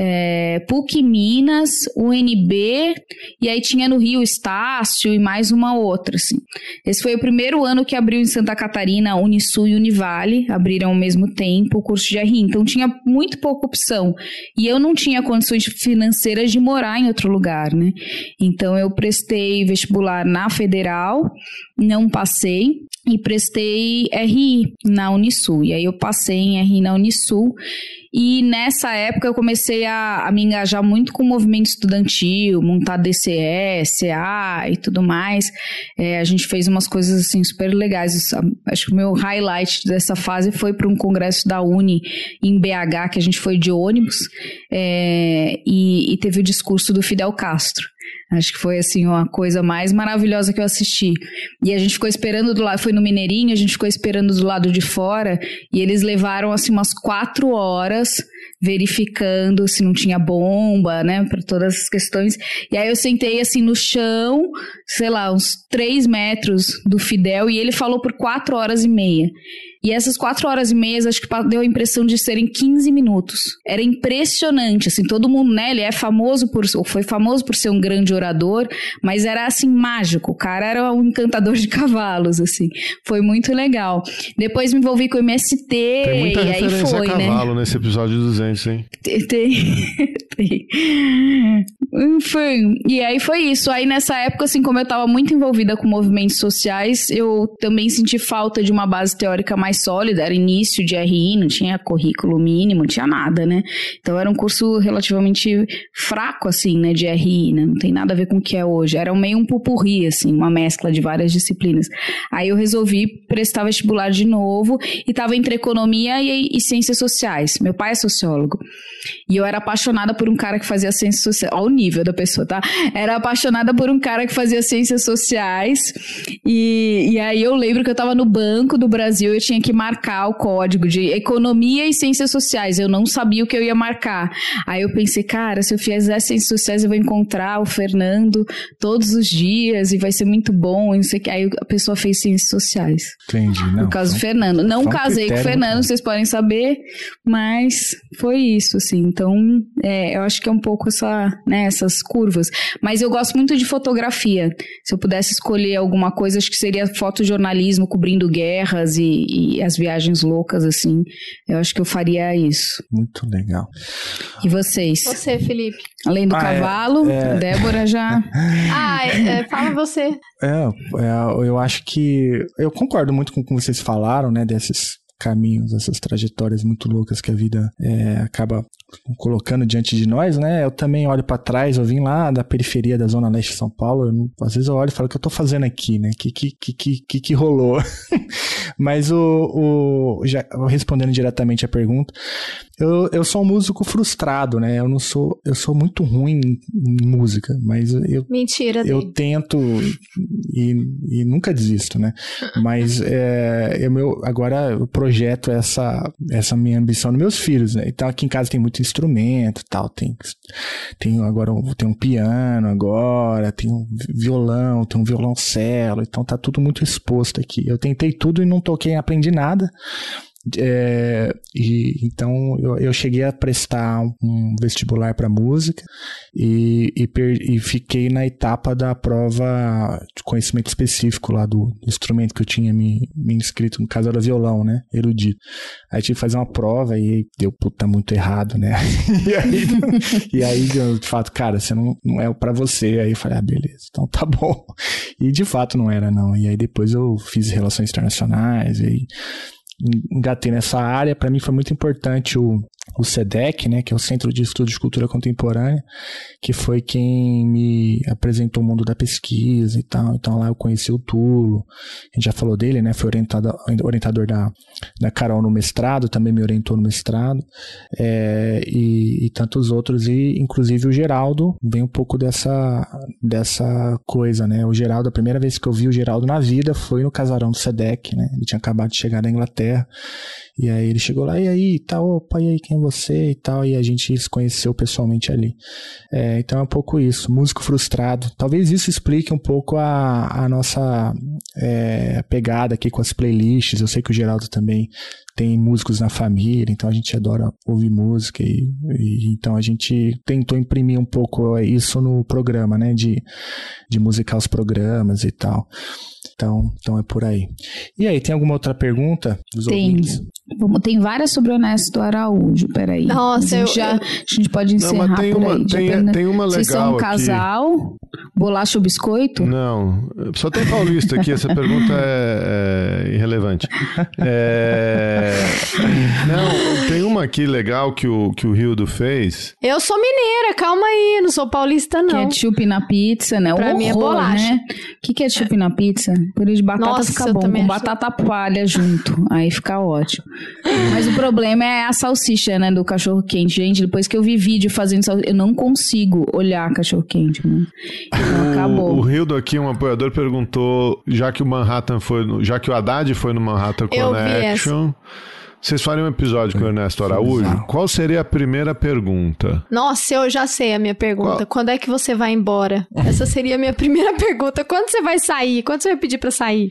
S4: PUC Minas, UNB, e aí tinha no Rio Estácio e mais uma outra, assim. Esse foi o primeiro ano que abriu em Santa Catarina, a Unisul e Univale, abriram ao mesmo tempo o curso de RI. Então, tinha muito pouca opção. E eu não tinha condições financeiras de morar em outro lugar, né? Então, eu prestei vestibular na Federal, não passei, e prestei RI na Unisul. E aí eu passei em RI na Unisul. E nessa época eu comecei a me engajar muito com o movimento estudantil, montar DCE, CA e tudo mais. A gente fez umas coisas assim super legais. Acho que o meu highlight dessa fase foi para um congresso da Uni em BH, que a gente foi de ônibus, e teve o discurso do Fidel Castro. Acho que foi assim uma coisa mais maravilhosa que eu assisti. E a gente ficou esperando do lado, foi no Mineirinho, a gente ficou esperando do lado de fora e eles levaram assim umas 4 horas verificando se não tinha bomba, né, para todas as questões. E aí eu sentei assim no chão, sei lá, uns 3 metros do Fidel e ele falou por 4 horas e meia. E essas 4 horas e meia, acho que deu a impressão de serem 15 minutos. Era impressionante, assim, todo mundo, né, ele foi famoso por ser um grande orador, mas era, assim, mágico. O cara era um encantador de cavalos, assim. Foi muito legal. Depois me envolvi com o MST,
S5: tem muita
S4: e aí foi,
S5: a cavalo, né, nesse episódio 200, hein?
S4: Tem. Enfim, e aí foi isso. Aí nessa época, assim, como eu tava muito envolvida com movimentos sociais, eu também senti falta de uma base teórica mais sólida. Era início de RI, não tinha currículo mínimo, não tinha nada, né? Então era um curso relativamente fraco, assim, né, de RI, né? Não tem nada a ver com o que é hoje. Era meio um pupurri, assim, uma mescla de várias disciplinas. Aí eu resolvi prestar vestibular de novo e tava entre economia e ciências sociais. Meu pai é sociólogo. E eu era apaixonada por um cara que fazia ciências sociais. Olha o nível da pessoa, tá? Era apaixonada por um cara que fazia ciências sociais. E aí eu lembro que eu tava no Banco do Brasil e eu tinha que marcar o código de economia e ciências sociais. Eu não sabia o que eu ia marcar. Aí eu pensei, cara, se eu fizer ciências sociais eu vou encontrar o Fernando todos os dias e vai ser muito bom. E não sei o que. Aí a pessoa fez ciências sociais.
S2: Entendi. Não,
S4: no caso do Fernando. Não casei com o Fernando, vocês podem saber, mas foi isso, assim. Então, eu acho que é um pouco essas curvas. Mas eu gosto muito de fotografia. Se eu pudesse escolher alguma coisa, acho que seria fotojornalismo cobrindo guerras e as viagens loucas, assim. Eu acho que eu faria isso.
S2: Muito legal.
S4: E vocês?
S3: Você, Felipe.
S4: Além do cavalo, Débora já...
S3: Fala você.
S2: Eu acho que... Eu concordo muito com o que vocês falaram, né, desses caminhos, essas trajetórias muito loucas que a vida acaba colocando diante de nós, né? Eu também olho para trás, eu vim lá da periferia da Zona Leste de São Paulo, às vezes eu olho e falo, o que eu tô fazendo aqui, né? Que rolou? Mas já respondendo diretamente a pergunta, eu sou um músico frustrado, né? Eu sou muito ruim em música, mas
S3: Mentira,
S2: eu tento e nunca desisto, né? Mas agora eu projeto essa minha ambição nos meus filhos, né? Então aqui em casa tem muito instrumento e tal, tem um piano agora, tem um violão, tem um violoncelo, então tá tudo muito exposto aqui. Eu tentei tudo e não toquei, aprendi nada. Então eu cheguei a prestar um vestibular para música e fiquei na etapa da prova de conhecimento específico lá do instrumento que eu tinha me inscrito, no caso era violão, né, erudito. Aí tive que fazer uma prova e deu puta muito errado, né. e aí de fato, cara, você não é para você. Aí eu falei, beleza, então tá bom. E de fato não era, não. E aí depois eu fiz relações internacionais e engatei nessa área. Para mim foi muito importante o SEDEC, né, que é o Centro de Estudos de Cultura Contemporânea, que foi quem me apresentou o mundo da pesquisa e tal. Então lá eu conheci o Tulo, a gente já falou dele, né, foi orientador da Carol no mestrado, também me orientou no mestrado, e tantos outros, e inclusive o Geraldo vem um pouco dessa coisa, né. O Geraldo, a primeira vez que eu vi o Geraldo na vida foi no casarão do SEDEC, né, ele tinha acabado de chegar da Inglaterra, e aí ele chegou lá, e aí, tá, opa, e aí, quem é você e tal, e a gente se conheceu pessoalmente ali. Então é um pouco isso, músico frustrado. Talvez isso explique um pouco a nossa pegada aqui com as playlists. Eu sei que o Geraldo também tem músicos na família, então a gente adora ouvir música e então a gente tentou imprimir um pouco isso no programa, né, de musicar os programas e tal. Então é por aí. E aí, tem alguma outra pergunta dos ouvintes?
S4: Tem várias sobre o Ernesto Araújo, peraí.
S3: Nossa,
S4: a gente pode encerrar por aí.
S5: Tem uma legal.
S4: Vocês são um casal? Bolacha ou biscoito?
S5: Não, só tem paulista aqui, essa pergunta é irrelevante. Não, tem uma aqui legal que o Rildo fez.
S3: Eu sou mineira, calma aí, não sou paulista não.
S4: Ketchup na pizza, né?
S3: Pra mim é bolacha.
S4: Né? Que ketchup na pizza? Purê de batata. Nossa, fica bom, com batata palha junto, aí fica ótimo. Mas o problema é a salsicha, né, do cachorro quente. Gente, depois que eu vi vídeo fazendo salsicha, eu não consigo olhar cachorro quente, né? Então acabou.
S5: O Rildo aqui, um apoiador, perguntou, já que o Haddad foi no Manhattan Connection, vocês fariam um episódio com o Ernesto Araújo? Qual seria a primeira pergunta?
S3: Nossa, eu já sei a minha pergunta. Quando é que você vai embora? Essa seria a minha primeira pergunta. Quando você vai sair? Quando você vai pedir pra sair?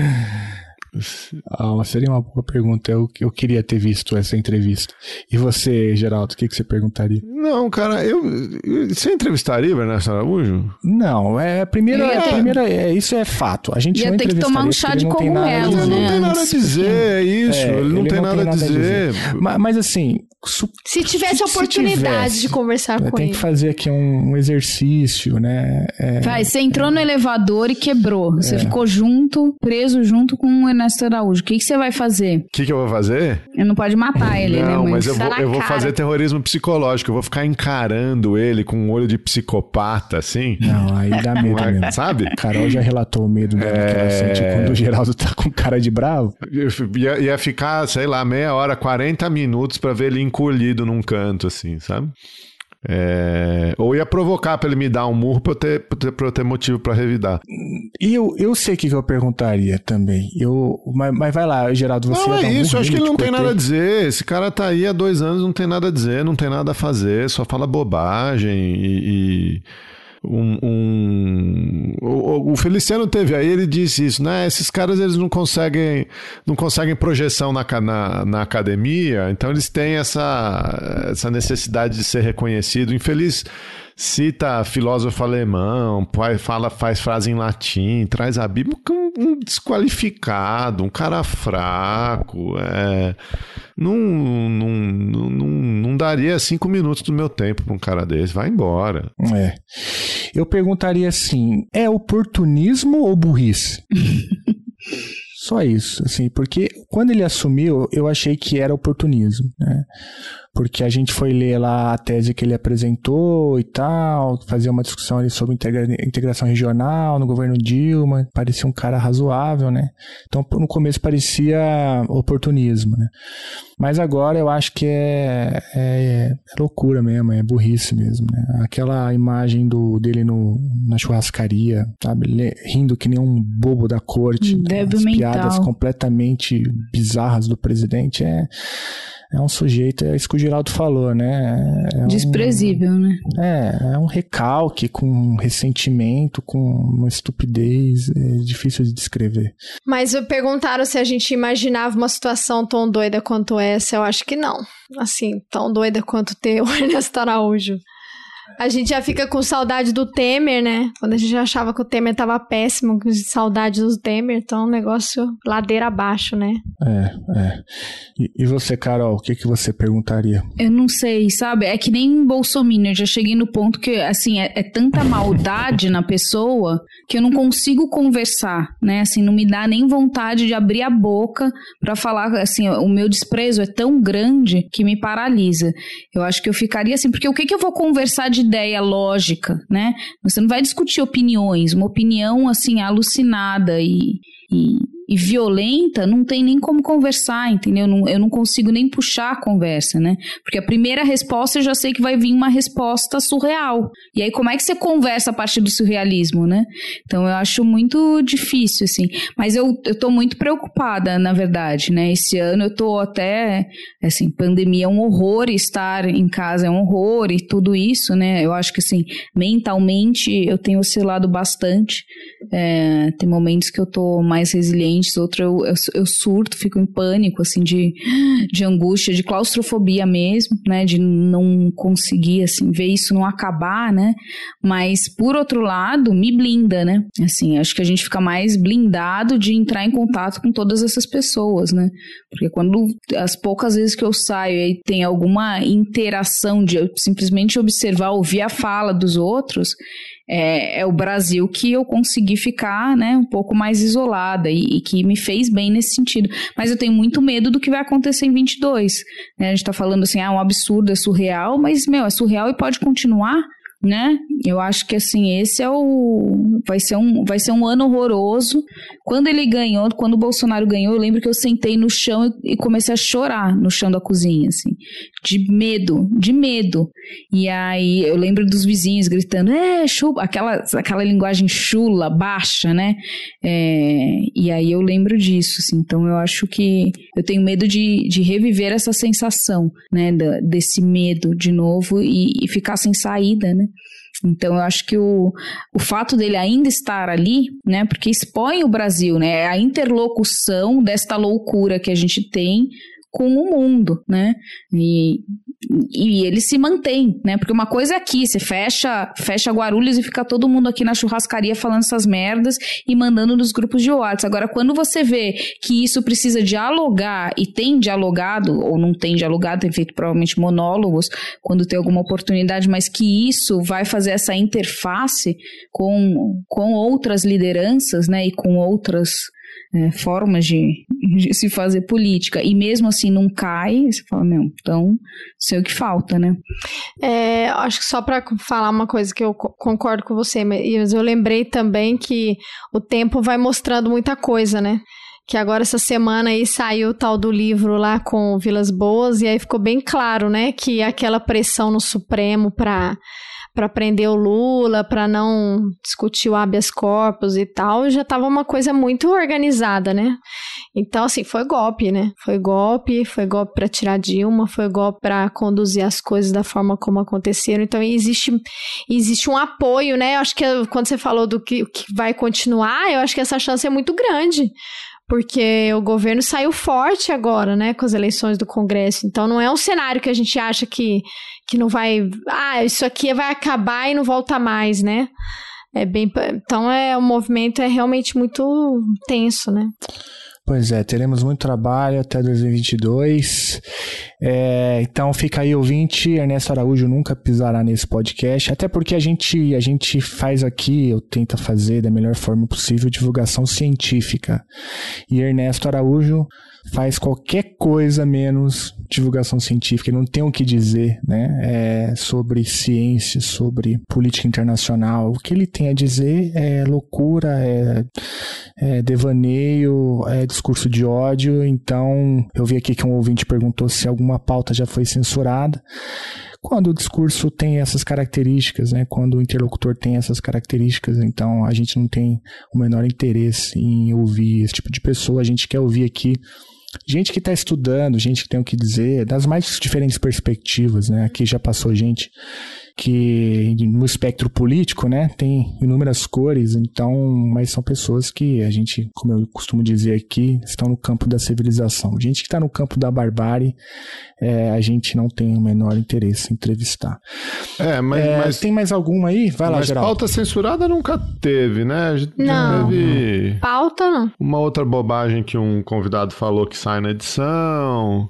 S2: Seria uma boa pergunta. Eu queria ter visto essa entrevista. E você, Geraldo, o que você perguntaria?
S5: Não, cara, você entrevistaria o Ernesto Araújo?
S2: Não, isso é fato. A gente
S4: ia
S2: não
S4: ter que tomar um chá de cogumelo,
S5: né? Ele não tem nada a dizer, é isso. Ele não tem nada a dizer.
S2: Mas assim...
S3: Se tivesse oportunidade de conversar com ele.
S2: Tem que fazer aqui um exercício, né?
S4: Você entrou no elevador e quebrou. Você ficou preso junto com o Ernesto Araújo. O que você vai fazer?
S5: O que eu vou fazer?
S4: Não pode matar ele, né?
S5: Não, mas eu vou fazer terrorismo psicológico. Eu vou ficar encarando ele com um olho de psicopata, assim.
S2: Não, aí dá medo mesmo.
S5: Sabe?
S2: Carol já relatou o medo dela que ela sente quando o Geraldo tá com cara de bravo.
S5: Ia ficar, sei lá, meia hora, 40 minutos pra ver ele encolhido num canto, assim, sabe? Ou ia provocar pra ele me dar um murro pra eu ter motivo pra revidar.
S2: E eu sei o que eu perguntaria também. Mas vai lá, Geraldo, você...
S5: Não, é isso, eu acho que ele não tem nada a dizer. Esse cara tá aí há 2 anos, não tem nada a dizer, não tem nada a fazer, só fala bobagem o Feliciano teve aí, ele disse isso, né? Esses caras, eles não conseguem projeção na academia, então eles têm essa necessidade de ser reconhecido. Infeliz cita filósofo alemão, faz frase em latim, traz a Bíblia, um desqualificado, um cara fraco, não daria 5 minutos do meu tempo para um cara desse, vai embora.
S2: Eu perguntaria assim, é oportunismo ou burrice? Só isso, assim, porque quando ele assumiu, eu achei que era oportunismo, né? Porque a gente foi ler lá a tese que ele apresentou e tal, fazer uma discussão ali sobre integração regional no governo Dilma, parecia um cara razoável, né? Então, no começo parecia oportunismo, né? Mas agora eu acho que é loucura mesmo, é burrice mesmo, né? Aquela imagem dele na churrascaria, sabe? Rindo que nem um bobo da corte, as piadas completamente bizarras do presidente, é um sujeito, é isso que o Geraldo falou, né?
S4: Desprezível, né?
S2: É um recalque com ressentimento, com uma estupidez, é difícil de descrever.
S3: Mas perguntaram se a gente imaginava uma situação tão doida quanto essa, eu acho que não. Assim, tão doida quanto ter o Ernesto Araújo. A gente já fica com saudade do Temer, né? Quando a gente achava que o Temer tava péssimo, com saudade do Temer, então o negócio ladeira abaixo, né?
S2: E você, Carol, o que você perguntaria?
S4: Eu não sei, sabe? É que nem Bolsonaro, eu já cheguei no ponto que, assim, é tanta maldade na pessoa que eu não consigo conversar, né? Assim, não me dá nem vontade de abrir a boca pra falar, assim, o meu desprezo é tão grande que me paralisa. Eu acho que eu ficaria assim, porque o que eu vou conversar de ideia lógica, né? Você não vai discutir opiniões, uma opinião assim alucinada e violenta, não tem nem como conversar, entendeu? Eu não consigo nem puxar a conversa, né? Porque a primeira resposta eu já sei que vai vir uma resposta surreal. E aí como é que você conversa a partir do surrealismo, né? Então eu acho muito difícil, assim. Mas eu tô muito preocupada, na verdade, né? Esse ano eu tô até, assim, pandemia é um horror, estar em casa é um horror e tudo isso, né? Eu acho que, assim, mentalmente eu tenho oscilado bastante. Tem momentos que eu tô mais resiliente, diferentes. Outro eu surto, fico em pânico, assim, de angústia, de claustrofobia mesmo, né? De não conseguir, assim, ver isso não acabar, né? Mas, por outro lado, me blinda, né? Assim, acho que a gente fica mais blindado de entrar em contato com todas essas pessoas, né? Porque quando as poucas vezes que eu saio e tem alguma interação de eu simplesmente observar, ouvir a fala dos outros, é o Brasil que eu consegui ficar, né, um pouco mais isolada e que me fez bem nesse sentido. Mas eu tenho muito medo do que vai acontecer em 22. Né? A gente tá falando assim, um absurdo, é surreal, mas, é surreal e pode continuar, né? Eu acho que assim, esse vai ser um ano horroroso. Quando ele ganhou, quando o Bolsonaro ganhou, eu lembro que eu sentei no chão e comecei a chorar no chão da cozinha, assim, de medo. E aí eu lembro dos vizinhos gritando, chupa, aquela linguagem chula, baixa, né? E aí eu lembro disso, assim. Então eu acho que eu tenho medo de reviver essa sensação, né, desse medo de novo e ficar sem saída, né? Então eu acho que o fato dele ainda estar ali, né, porque expõe o Brasil, né, a interlocução desta loucura que a gente tem com o mundo, né, e ele se mantém, né, porque uma coisa é aqui, você fecha Guarulhos e fica todo mundo aqui na churrascaria falando essas merdas e mandando nos grupos de WhatsApp. Agora, quando você vê que isso precisa dialogar e tem dialogado, ou não tem dialogado, tem feito provavelmente monólogos quando tem alguma oportunidade, mas que isso vai fazer essa interface com outras lideranças, né, e com outras formas de se fazer política, e mesmo assim não cai, você fala, então sei o que falta, né?
S3: Acho que só para falar uma coisa que eu concordo com você, mas eu lembrei também que o tempo vai mostrando muita coisa, né? Que agora essa semana aí saiu o tal do livro lá com o Vilas Boas, e aí ficou bem claro, né, que aquela pressão no Supremo para prender o Lula, para não discutir o habeas corpus e tal, já estava uma coisa muito organizada, né? Então, assim, foi golpe, né? Foi golpe para tirar Dilma, foi golpe para conduzir as coisas da forma como aconteceram. Então, existe um apoio, né? Eu acho que quando você falou do que vai continuar, eu acho que essa chance é muito grande. Porque o governo saiu forte agora, né, com as eleições do Congresso. Então, não é um cenário que a gente acha que não vai... isso aqui vai acabar e não volta mais, né? Então, o movimento é realmente muito tenso, né?
S2: Pois é, teremos muito trabalho até 2022. Então fica aí, ouvinte, Ernesto Araújo nunca pisará nesse podcast, até porque a gente faz aqui, eu tento fazer da melhor forma possível, divulgação científica. E Ernesto Araújo faz qualquer coisa menos divulgação científica, ele não tem o que dizer, né, sobre ciência, sobre política internacional. O que ele tem a dizer é loucura, é devaneio, é discurso de ódio. Então, eu vi aqui que um ouvinte perguntou se alguma pauta já foi censurada. Quando o discurso tem essas características, né? Quando o interlocutor tem essas características, então a gente não tem o menor interesse em ouvir esse tipo de pessoa. A gente quer ouvir aqui gente que está estudando, gente que tem o que dizer, das mais diferentes perspectivas, né? Aqui já passou gente que no espectro político, né, tem inúmeras cores, então, mas são pessoas que a gente, como eu costumo dizer aqui, estão no campo da civilização. Gente que está no campo da barbárie, a gente não tem o menor interesse em entrevistar.
S5: Mas
S2: tem mais alguma aí? Vai lá, Geraldo.
S5: Mas pauta censurada nunca teve, né?
S3: Não.
S5: Teve
S3: pauta não.
S5: Uma outra bobagem que um convidado falou que sai na edição,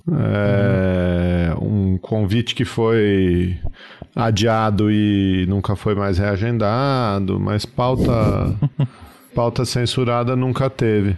S5: um convite que foi adiado e nunca foi mais reagendado, mas pauta censurada nunca teve.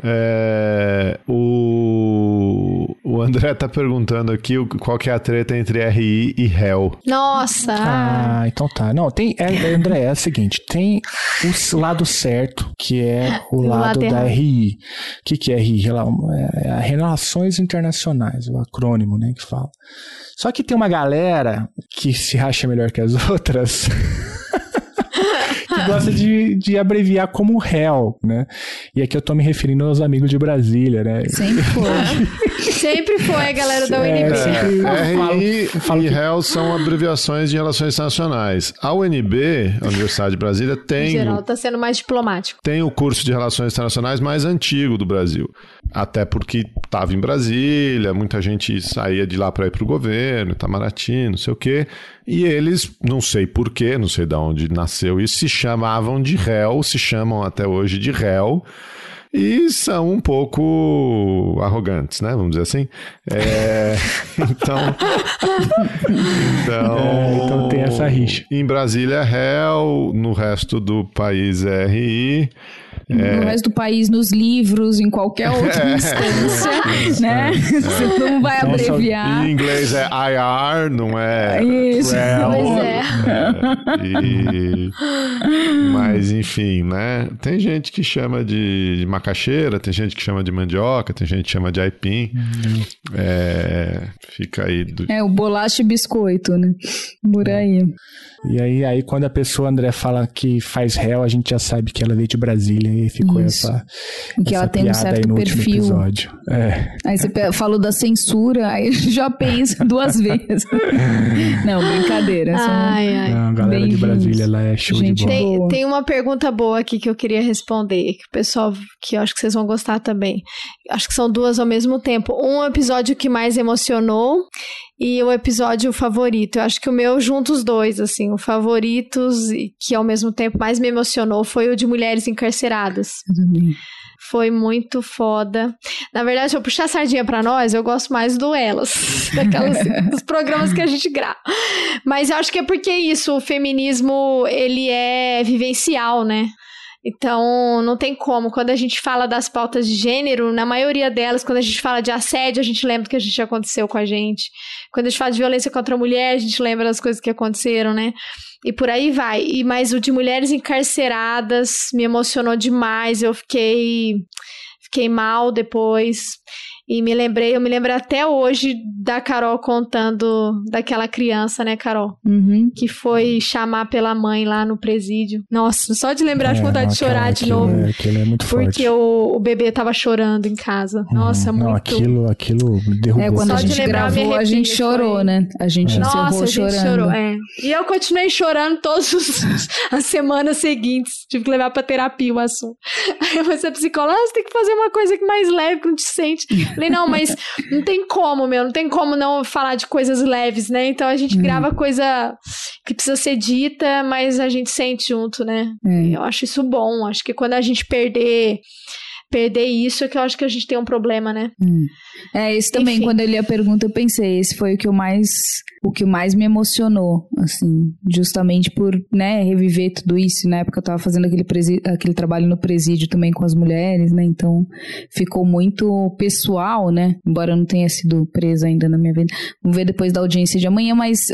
S5: O André tá perguntando aqui qual que é a treta entre RI e réu.
S3: Nossa!
S2: Então tá. Não, André, é o seguinte, tem o lado certo, que é o lado da RI. O que é RI? Relações Internacionais, o acrônimo, né, que fala. Só que tem uma galera que se acha melhor que as outras... que gosta de abreviar como réu, né? E aqui eu tô me referindo aos amigos de Brasília, né?
S4: Sempre foi.
S3: Sempre foi a galera da UNB.
S5: RI e réu são abreviações de relações internacionais. A UNB, a Universidade de Brasília,
S3: Em geral, tá sendo mais diplomático.
S5: tem o curso de relações internacionais mais antigo do Brasil. Até porque estava em Brasília, muita gente saía de lá para ir para o governo, Itamaraty, não sei o quê. E eles, não sei porquê, não sei de onde nasceu isso, se chamavam de réu, se chamam até hoje de réu. E são um pouco arrogantes, né? Vamos dizer assim.
S2: Então tem essa rixa.
S5: Em Brasília é réu, no resto do país é RI.
S4: No resto do país, nos livros, em qualquer outra instância, né? Você não vai abreviar.
S5: Em inglês é IR, não é
S4: Isso.
S5: REL.
S3: Pois é.
S5: Mas, enfim, né? Tem gente que chama de macaxeira, tem gente que chama de mandioca, tem gente que chama de aipim. Fica aí.
S4: O bolacha e biscoito, né? Por aí.
S2: E aí quando a pessoa, André, fala que faz réu, a gente já sabe que ela veio de Brasília e ficou essa
S4: que ela tem um
S2: piada
S4: certo
S2: aí no último
S4: perfil.
S2: episódio.
S4: Aí você falou da censura, aí já pensa duas vezes. Não, brincadeira.
S2: Não, a galera de Brasília, ela é show de bola.
S3: Tem uma pergunta boa aqui que eu queria responder, que o pessoal, que eu acho que vocês vão gostar também. Acho que são duas ao mesmo tempo. Um episódio que mais emocionou e o episódio favorito. Eu acho que o meu junto os dois, assim, o favoritos e que ao mesmo tempo mais me emocionou foi o de mulheres encarceradas. Foi muito foda. Na verdade, se eu puxar a sardinha pra nós, eu gosto mais do Elas, dos programas que a gente grava. Mas eu acho que é porque isso, o feminismo, ele é vivencial, né? Então, não tem como. Quando a gente fala das pautas de gênero, na maioria delas, quando a gente fala de assédio, a gente lembra do que a gente aconteceu com a gente. Quando a gente fala de violência contra a mulher, a gente lembra das coisas que aconteceram, né? E por aí vai. Mas o de mulheres encarceradas me emocionou demais. Eu fiquei mal depois. E eu me lembro até hoje da Carol contando daquela criança, né, Carol?
S4: Uhum.
S3: Que foi chamar pela mãe lá no presídio. Nossa, só de lembrar de vontade de chorar de novo.
S2: Aquilo é muito forte.
S3: Porque o bebê tava chorando em casa. Nossa, muito.
S2: Não, aquilo derrubou.
S4: Quando a
S3: Só de
S4: gente
S3: lembrar,
S4: gravou, a gente chorou, né? A gente encerrou chorando.
S3: E eu continuei chorando todas as semanas seguintes. Tive que levar pra terapia o assunto. Aí eu falei, você é psicóloga, você tem que fazer uma coisa mais leve, que não te sente. Falei, não, mas não tem como, não tem como não falar de coisas leves, né? Então a gente grava coisa que precisa ser dita, mas a gente sente junto, né? Eu acho isso bom. Acho que quando a gente perder isso é que eu acho que a gente tem um problema, né?
S4: Esse também, quando eu li a pergunta, eu pensei, esse foi o que mais me emocionou, assim, justamente por, né, reviver tudo isso. Na época eu tava fazendo aquele trabalho no presídio também com as mulheres, né, então ficou muito pessoal, né, embora eu não tenha sido presa ainda na minha vida. Vamos ver depois da audiência de amanhã, mas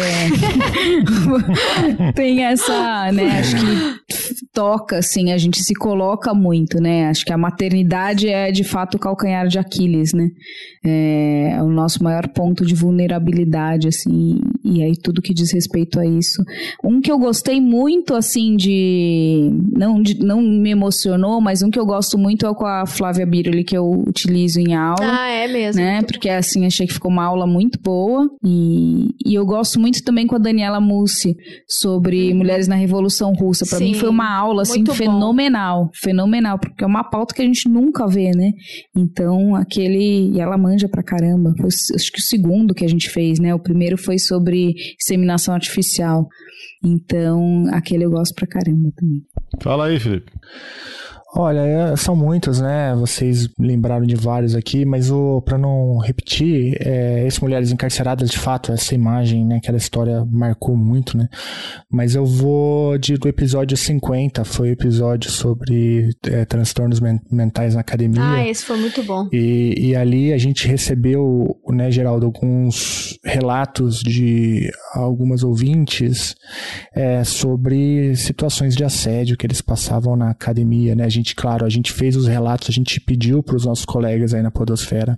S4: tem essa, né, acho que toca, assim, a gente se coloca muito, né, acho que a maternidade é de fato o calcanhar de Aquiles, né, é o nosso maior ponto de vulnerabilidade, assim, e aí tudo que diz respeito a isso. Um que eu gostei muito, assim, não me emocionou, mas um que eu gosto muito é o com a Flávia Biroli, que eu utilizo em aula.
S3: É mesmo.
S4: Né? Porque, assim, achei que ficou uma aula muito boa. E eu gosto muito também com a Daniela Mussi sobre mulheres na Revolução Russa. Pra mim foi uma aula, assim, fenomenal. Fenomenal, porque é uma pauta que a gente nunca vê, né? Então, e ela manja pra caramba. Foi, acho que o segundo que a gente fez, né? O primeiro foi sobre inseminação artificial. Então, aquele eu gosto pra caramba também.
S5: Fala aí, Felipe.
S2: Olha, são muitos, né? Vocês lembraram de vários aqui, mas pra não repetir, esse Mulheres Encarceradas, de fato, essa imagem, né? Aquela história marcou muito, né? Mas eu vou do episódio 50, foi o episódio sobre transtornos mentais na academia.
S3: Esse foi muito bom.
S2: E ali a gente recebeu, né, Geraldo, alguns relatos de algumas ouvintes sobre situações de assédio que eles passavam na academia, né? A gente claro, a gente fez os relatos, a gente pediu para os nossos colegas aí na Podosfera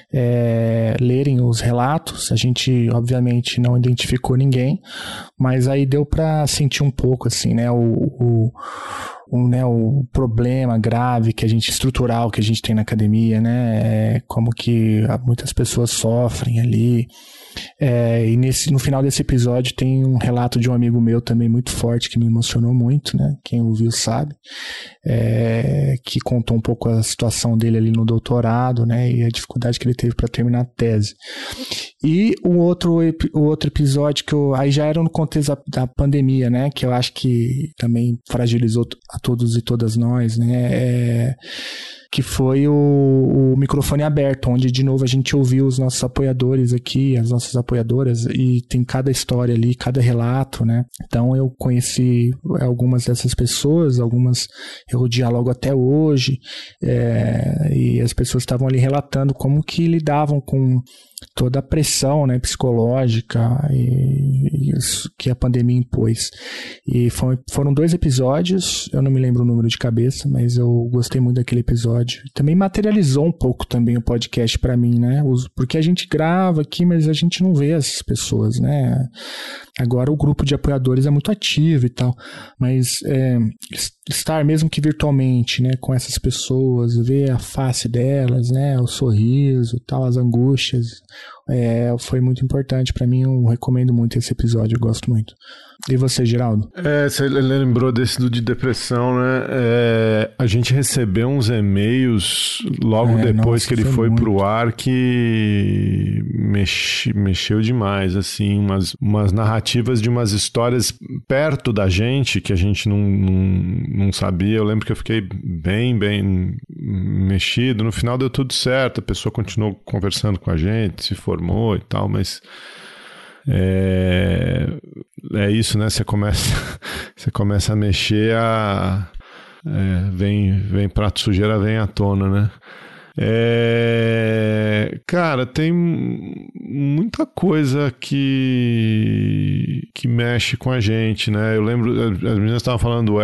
S2: lerem os relatos. A gente, obviamente, não identificou ninguém, mas aí deu para sentir um pouco, assim, né, o problema grave estrutural que a gente tem na academia, né, como que muitas pessoas sofrem ali. E no final desse episódio tem um relato de um amigo meu também muito forte, que me emocionou muito, né? Quem ouviu sabe, que contou um pouco a situação dele ali no doutorado, né? E a dificuldade que ele teve para terminar a tese. E o outro episódio aí já era no contexto da pandemia, né? Que eu acho que também fragilizou a todos e todas nós, né? Que foi o microfone aberto, onde de novo a gente ouviu os nossos apoiadores aqui, as nossas apoiadoras, e tem cada história ali, cada relato, né? Então eu conheci algumas dessas pessoas, algumas eu dialogo até hoje, e as pessoas estavam ali relatando como que lidavam com toda a pressão, né, psicológica e isso que a pandemia impôs. E foram 2 episódios, eu não me lembro o número de cabeça, mas eu gostei muito daquele episódio. Também materializou um pouco também o podcast para mim, né, porque a gente grava aqui, mas a gente não vê essas pessoas, né. Agora o grupo de apoiadores é muito ativo e tal, mas estar mesmo que virtualmente, né, com essas pessoas, ver a face delas, né, o sorriso, tal, as angústias, foi muito importante para mim. Eu recomendo muito esse episódio, eu gosto muito. E você, Geraldo?
S5: Você lembrou desse de depressão, né? A gente recebeu uns e-mails logo depois que ele foi pro ar que mexeu demais, assim, umas narrativas de umas histórias perto da gente que a gente não sabia. Eu lembro que eu fiquei bem mexido. No final deu tudo certo, a pessoa continuou conversando com a gente, se formou e tal, mas é isso, né? Você começa a mexer, vem prato de sujeira, vem à tona, né? Cara, tem muita coisa que mexe com a gente, né? Eu lembro, as meninas estavam falando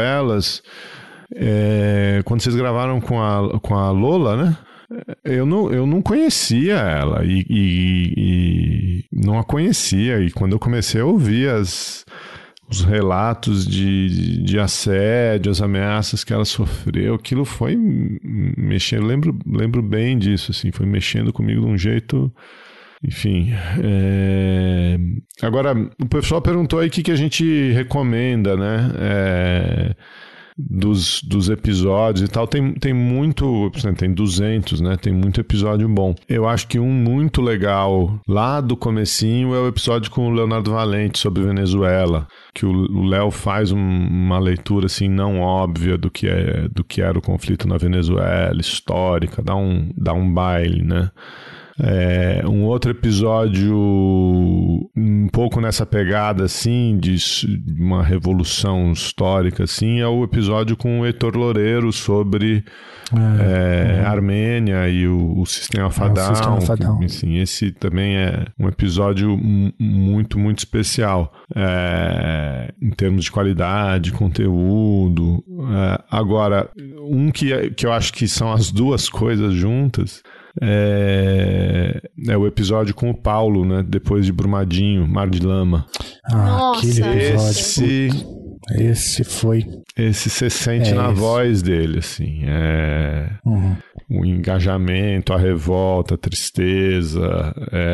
S5: quando vocês gravaram com a Lola, né? Eu não conhecia ela e não a conhecia, e quando eu comecei a ouvir os relatos de assédio, as ameaças que ela sofreu, aquilo foi mexendo, lembro bem disso, assim, foi mexendo comigo de um jeito, enfim. Agora, o pessoal perguntou aí o que a gente recomenda, né? Dos episódios e tal, tem muito, tem 200, né? Tem muito episódio bom. Eu acho que um muito legal lá do comecinho é o episódio com o Leonardo Valente sobre Venezuela, que o Léo faz uma leitura assim não óbvia do que era o conflito na Venezuela, histórica, dá um baile, né? Um outro episódio um pouco nessa pegada assim de uma revolução histórica assim é o episódio com o Heitor Loureiro sobre a Armênia e o Sistema Fadal. Assim, esse também é um episódio muito, muito especial em termos de qualidade, conteúdo. Agora, que eu acho que são as duas coisas juntas é o episódio com o Paulo, né? Depois de Brumadinho, Mar de Lama.
S3: Nossa,
S2: aquele episódio. Esse foi.
S5: Esse você sente na voz dele, assim. O engajamento, a revolta, a tristeza.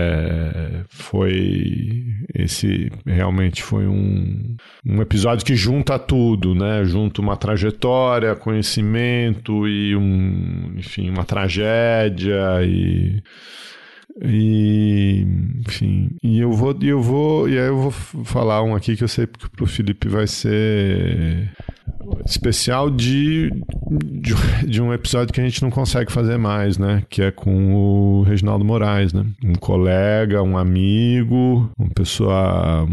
S5: Esse realmente foi um episódio que junta tudo, né? Junta uma trajetória, conhecimento e enfim, uma tragédia enfim, e eu vou falar um aqui que eu sei que pro Felipe vai ser especial de um episódio que a gente não consegue fazer mais, né? Que é com o Reginaldo Moraes, né? Um colega, um amigo, uma pessoa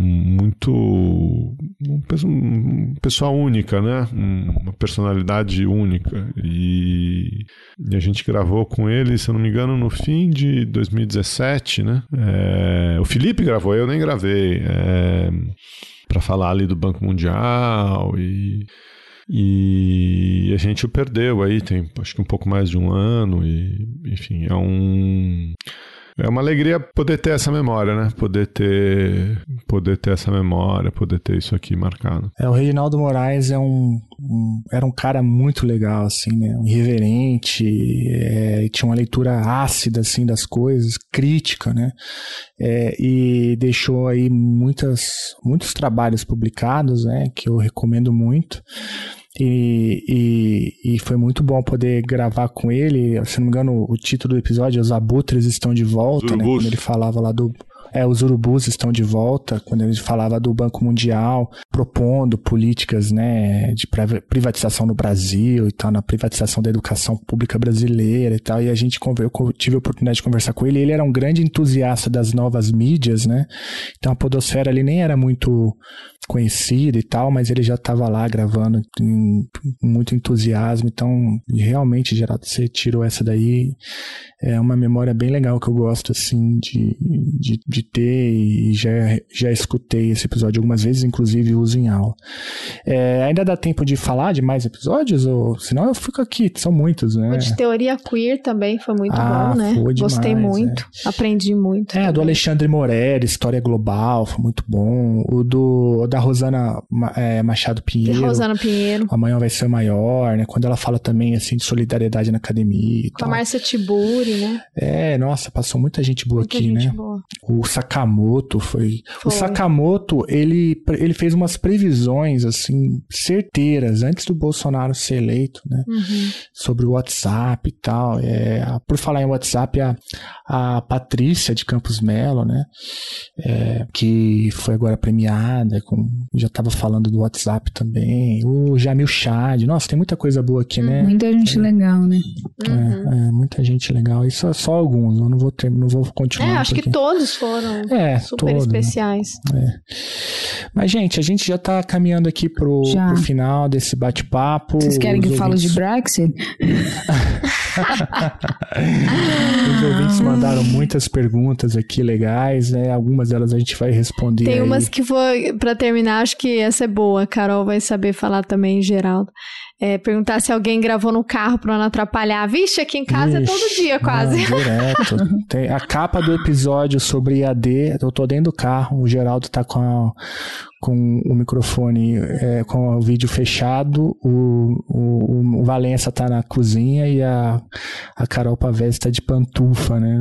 S5: uma pessoa única, né? Uma personalidade única. E a gente gravou com ele, se eu não me engano, no fim de 2017, né? O Felipe gravou, eu nem gravei. Para falar ali do Banco Mundial E a gente o perdeu aí, tem acho que um pouco mais de um ano, e enfim, é uma alegria poder ter essa memória, né? Poder ter essa memória, poder ter isso aqui marcado.
S2: O Reginaldo Moraes era um cara muito legal, assim, né? Um irreverente, tinha uma leitura ácida, assim, das coisas, crítica, né? E deixou aí muitos trabalhos publicados, né? Que eu recomendo muito. E foi muito bom poder gravar com ele. Se não me engano, o título do episódio é Os Abutres Estão de Volta, né? Quando ele falava lá os urubus estão de volta, quando ele falava do Banco Mundial, propondo políticas, né, de privatização no Brasil e tal, na privatização da educação pública brasileira e tal, e eu tive a oportunidade de conversar com ele. Ele era um grande entusiasta das novas mídias, né, então a podosfera ali nem era muito conhecida e tal, mas ele já estava lá gravando com muito entusiasmo. Então realmente, Geraldo, você tirou essa daí, é uma memória bem legal que eu gosto, assim, de ter, e já escutei esse episódio algumas vezes, inclusive uso em aula. Ainda dá tempo de falar de mais episódios? Ou senão eu fico aqui, são muitos, né?
S3: O de teoria queer também foi muito bom, né?
S2: Foi demais,
S3: gostei muito, aprendi muito.
S2: Do Alexandre Morelli, História Global, foi muito bom. O da Rosana Machado Pinheiro.
S3: Rosana Pinheiro.
S2: Amanhã Vai Ser Maior, né? Quando ela fala também, assim, de solidariedade na academia e
S3: com
S2: tal.
S3: a Márcia Tiburi, né?
S2: Nossa, passou muita gente boa aqui,
S3: gente
S2: né?
S3: Boa.
S2: O Sakamoto foi... O Sakamoto, ele fez umas previsões, assim, certeiras, antes do Bolsonaro ser eleito, né? Sobre o WhatsApp e tal. Por falar em WhatsApp, a Patrícia de Campos Melo, né? Que foi agora premiada, já estava falando do WhatsApp também. O Jamil Chad. Nossa, tem muita coisa boa aqui, né?
S4: Muita gente legal, né?
S2: Muita gente legal. Isso é só alguns, eu não vou continuar.
S3: Acho que todos foram super especiais.
S2: Mas, gente, a gente já tá caminhando aqui pro final desse bate-papo.
S4: Vocês querem que eu fale de Brexit?
S2: Os ouvintes mandaram muitas perguntas aqui legais, né? Algumas delas a gente vai responder.
S3: Tem umas que foi, pra terminar, acho que essa é boa. A Carol vai saber falar também, Geraldo. Perguntar se alguém gravou no carro pra não atrapalhar. Vixe, aqui em casa é todo dia quase.
S2: Não, direto. Tem a capa do episódio sobre IAD, eu tô dentro do carro, o Geraldo tá com o microfone, com o vídeo fechado, o Valença tá na cozinha e a Carol Pavese tá de pantufa, né?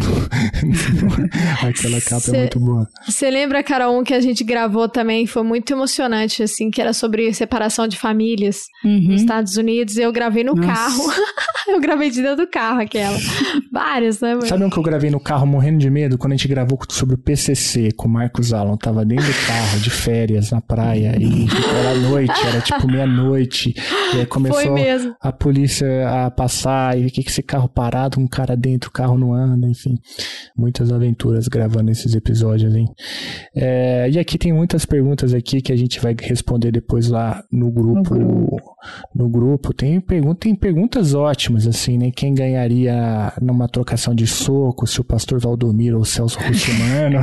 S2: Aquela capa é muito boa.
S3: Você lembra, Carol, um que a gente gravou também, foi muito emocionante, assim, que era sobre separação de famílias nos Estados Unidos. Eu gravei no carro. Eu gravei de dentro do carro aquela. Várias, né? Mãe?
S2: Sabe um que eu gravei no carro morrendo de medo? Quando a gente gravou sobre o PCC com o Marcos Alon. Tava dentro do carro, de férias, na praia. E era noite, era tipo meia-noite. E aí começou a polícia a passar. E o que esse carro parado, um cara dentro, o carro não anda, enfim. Muitas aventuras gravando esses episódios, hein? E aqui tem muitas perguntas aqui que a gente vai responder depois lá no grupo. No grupo. Tem perguntas ótimas, assim, né? Quem ganharia numa trocação de soco, se o Pastor Valdomiro ou o Celso Russomano?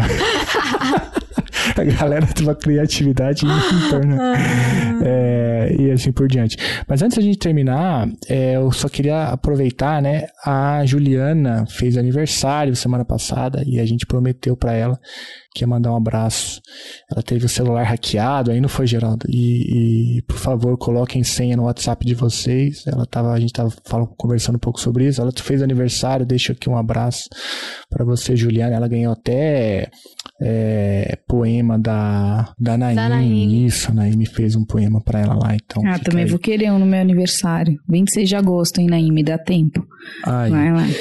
S2: A galera tem uma criatividade em torno. E assim por diante. Mas antes da gente terminar, eu só queria aproveitar, né? A Juliana fez aniversário semana passada e a gente prometeu pra ela que ia mandar um abraço. Ela teve o celular hackeado, aí não foi, Geraldo? E por favor, coloquem senha no WhatsApp de vocês. A gente tava conversando um pouco sobre isso. Ela fez aniversário, deixo aqui um abraço pra você, Juliana. Ela ganhou até poema da Naime. Isso, a Naime fez um poema pra ela lá, então.
S4: Também vou querer um no meu aniversário. 26 de agosto, hein, Naime? Dá tempo. Vai lá.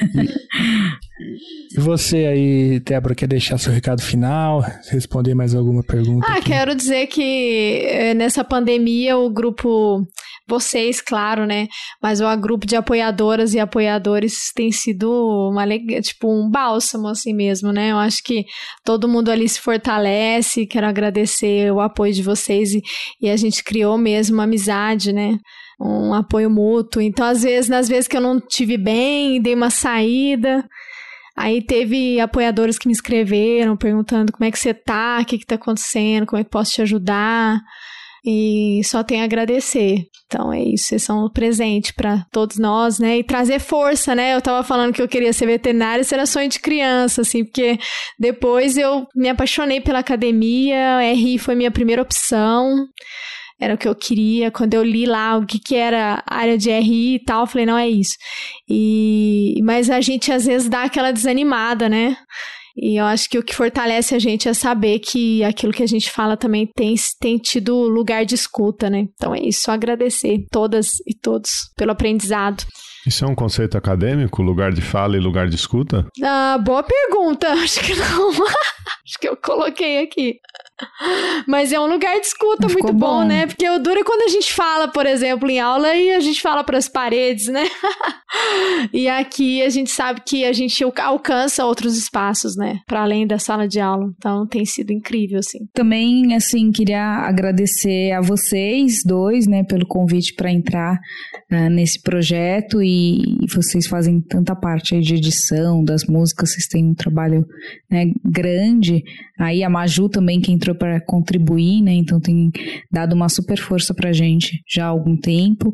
S2: E você aí, Débora, quer deixar seu recado final? Responder mais alguma pergunta?
S3: Quero dizer que nessa pandemia o grupo, vocês, claro, né? Mas o grupo de apoiadoras e apoiadores tem sido um bálsamo assim mesmo, né? Eu acho que todo mundo ali se fortalece. Quero agradecer o apoio de vocês e a gente criou mesmo uma amizade, né? Um apoio mútuo. Então, às vezes, nas vezes que eu não tive bem, dei uma saída, aí teve apoiadores que me escreveram perguntando como é que você tá, o que tá acontecendo, como é que posso te ajudar. E só tenho a agradecer. Então é isso, vocês são um presente para todos nós, né? E trazer força, né? Eu tava falando que eu queria ser veterinária, isso era sonho de criança, assim, porque depois eu me apaixonei pela academia, RI foi minha primeira opção. Era o que eu queria. Quando eu li lá o que era a área de RI e tal, eu falei, não, é isso. Mas a gente às vezes dá aquela desanimada, né? E eu acho que o que fortalece a gente é saber que aquilo que a gente fala também tem tido lugar de escuta, né? Então é isso, só agradecer todas e todos pelo aprendizado.
S5: Isso é um conceito acadêmico, lugar de fala e lugar de escuta?
S3: Ah, boa pergunta, acho que não. Acho que eu coloquei aqui. Mas é um lugar de escuta muito bom, né? Porque o duro é quando a gente fala, por exemplo, em aula e a gente fala para as paredes, né? E aqui a gente sabe que a gente alcança outros espaços, né? Para além da sala de aula. Então tem sido incrível, assim.
S4: Também, assim, queria agradecer a vocês dois, né? Pelo convite para entrar nesse projeto e vocês fazem tanta parte aí de edição das músicas, vocês têm um trabalho, né, grande. Aí a Maju também que entrou para contribuir, né? Então tem dado uma super força pra gente já há algum tempo.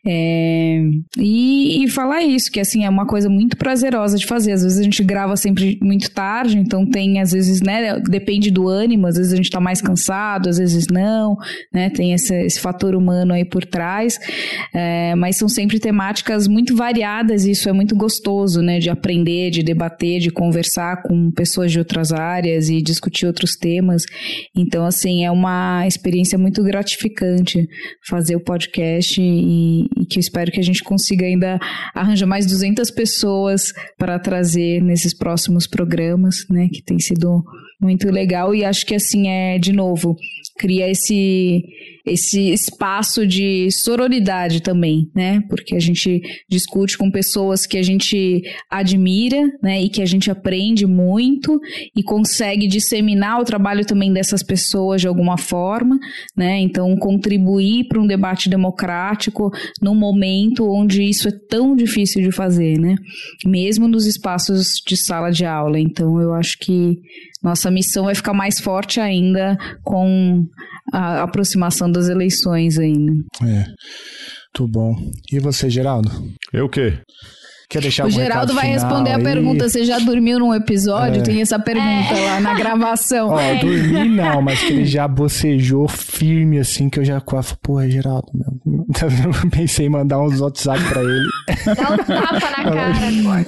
S4: E falar isso, que assim, é uma coisa muito prazerosa de fazer. Às vezes a gente grava sempre muito tarde, então tem, às vezes, né? Depende do ânimo, às vezes a gente tá mais cansado, às vezes não, né? Tem esse fator humano aí por trás. Mas são sempre temáticas muito variadas e isso é muito gostoso, né? De aprender, de debater, de conversar com pessoas de outras áreas e discutir outros temas. Então, assim, é uma experiência muito gratificante fazer o podcast e que eu espero que a gente consiga ainda arranjar mais 200 pessoas para trazer nesses próximos programas, né? Que tem sido muito legal e acho que, assim, de novo, cria esse espaço de sororidade também, né? Porque a gente discute com pessoas que a gente admira, né? E que a gente aprende muito e consegue disseminar o trabalho também dessas pessoas de alguma forma, né? Então, contribuir para um debate democrático num momento onde isso é tão difícil de fazer, né? Mesmo nos espaços de sala de aula. Então, eu acho que nossa missão vai ficar mais forte ainda com a aproximação das eleições ainda.
S2: Muito bom. E você, Geraldo?
S5: Eu o quê?
S2: Quer deixar
S4: o Geraldo vai responder a pergunta. Você já dormiu num episódio? Tem essa pergunta lá na gravação.
S2: Dormi não, mas que ele já bocejou firme assim, que eu já quase, porra, Geraldo, eu pensei em mandar uns WhatsApp pra ele.
S3: Dá um tapa na cara agora.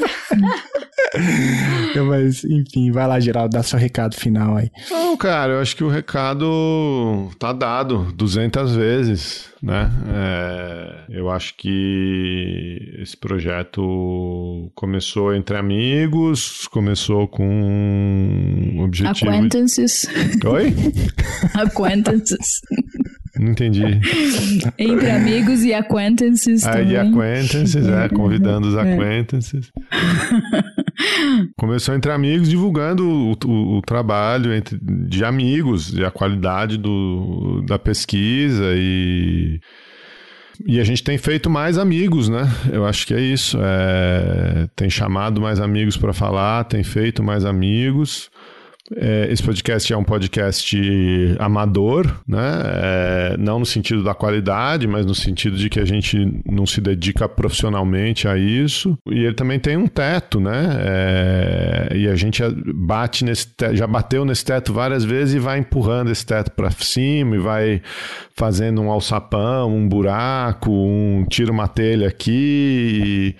S2: Mas, enfim, vai lá, Geraldo, dá seu recado final aí.
S5: Não, cara, eu acho que o recado tá dado 200 vezes, né? Eu acho que esse projeto começou entre amigos, começou com um objetivo...
S4: Acquaintances.
S5: Oi?
S4: Acquaintances.
S5: Não entendi.
S4: Entre amigos e acquaintances também.
S5: E acquaintances, convidando os acquaintances. Começou entre amigos, divulgando o trabalho de amigos e a qualidade da pesquisa e a gente tem feito mais amigos, né? Eu acho que é isso. Tem chamado mais amigos para falar, tem feito mais amigos. Esse podcast é um podcast amador, né? Não no sentido da qualidade, mas no sentido de que a gente não se dedica profissionalmente a isso. E ele também tem um teto, né? E a gente já bateu nesse teto várias vezes e vai empurrando esse teto para cima e vai fazendo um alçapão, um buraco, tira uma telha aqui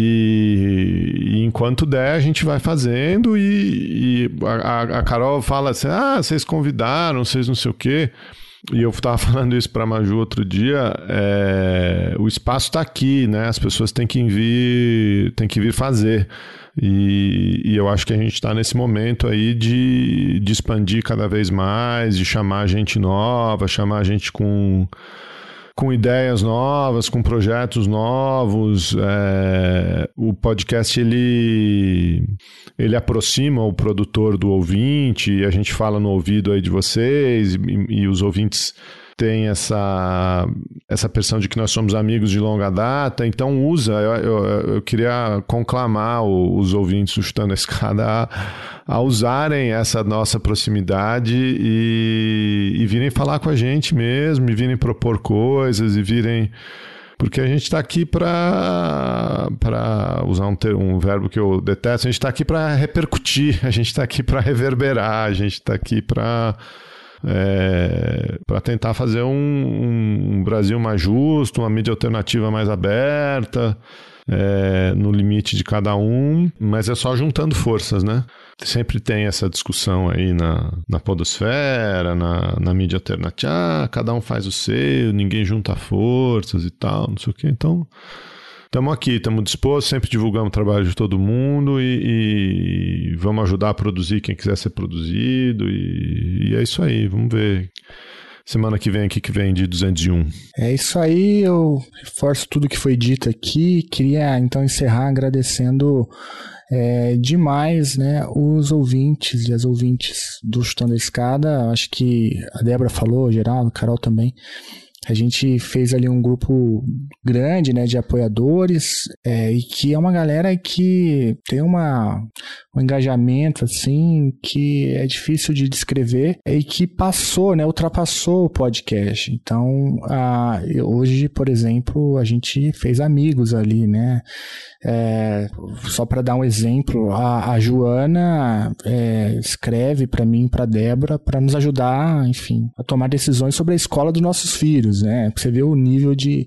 S5: e enquanto der a gente vai fazendo e a Carol fala assim, vocês convidaram, vocês não sei o quê. E eu estava falando isso para a Maju outro dia, o espaço está aqui, né? As pessoas têm que vir fazer. E eu acho que a gente está nesse momento aí de expandir cada vez mais, de chamar gente nova, chamar gente com ideias novas, com projetos novos. O podcast, ele aproxima o produtor do ouvinte, e a gente fala no ouvido aí de vocês, e os ouvintes tem essa pressão de que nós somos amigos de longa data, então eu queria conclamar os ouvintes do Chutando a Escada a usarem essa nossa proximidade e virem falar com a gente mesmo, e virem propor coisas, e virem... Porque a gente está aqui para usar um verbo que eu detesto, a gente está aqui para repercutir, a gente está aqui para reverberar, a gente está aqui para tentar fazer um Brasil mais justo, uma mídia alternativa mais aberta, no limite de cada um, mas é só juntando forças, né? Sempre tem essa discussão aí na podosfera, na mídia alternativa, cada um faz o seu, ninguém junta forças e tal, não sei o quê. Então, estamos aqui, estamos dispostos, sempre divulgamos o trabalho de todo mundo e vamos ajudar a produzir quem quiser ser produzido e é isso aí, vamos ver. Semana que vem, que vem de 201.
S2: É isso aí, eu reforço tudo que foi dito aqui. Queria então encerrar agradecendo demais, né, os ouvintes e as ouvintes do Chutando a Escada. Acho que a Débora falou, o Geraldo, a Carol também. A gente fez ali um grupo grande, né, de apoiadores, e que é uma galera que tem um engajamento, assim, que é difícil de descrever e que ultrapassou o podcast. Então, hoje, por exemplo, a gente fez amigos ali, né? Só para dar um exemplo, a Joana escreve para mim e para Débora para nos ajudar, enfim, a tomar decisões sobre a escola dos nossos filhos, né? Pra você ver o nível de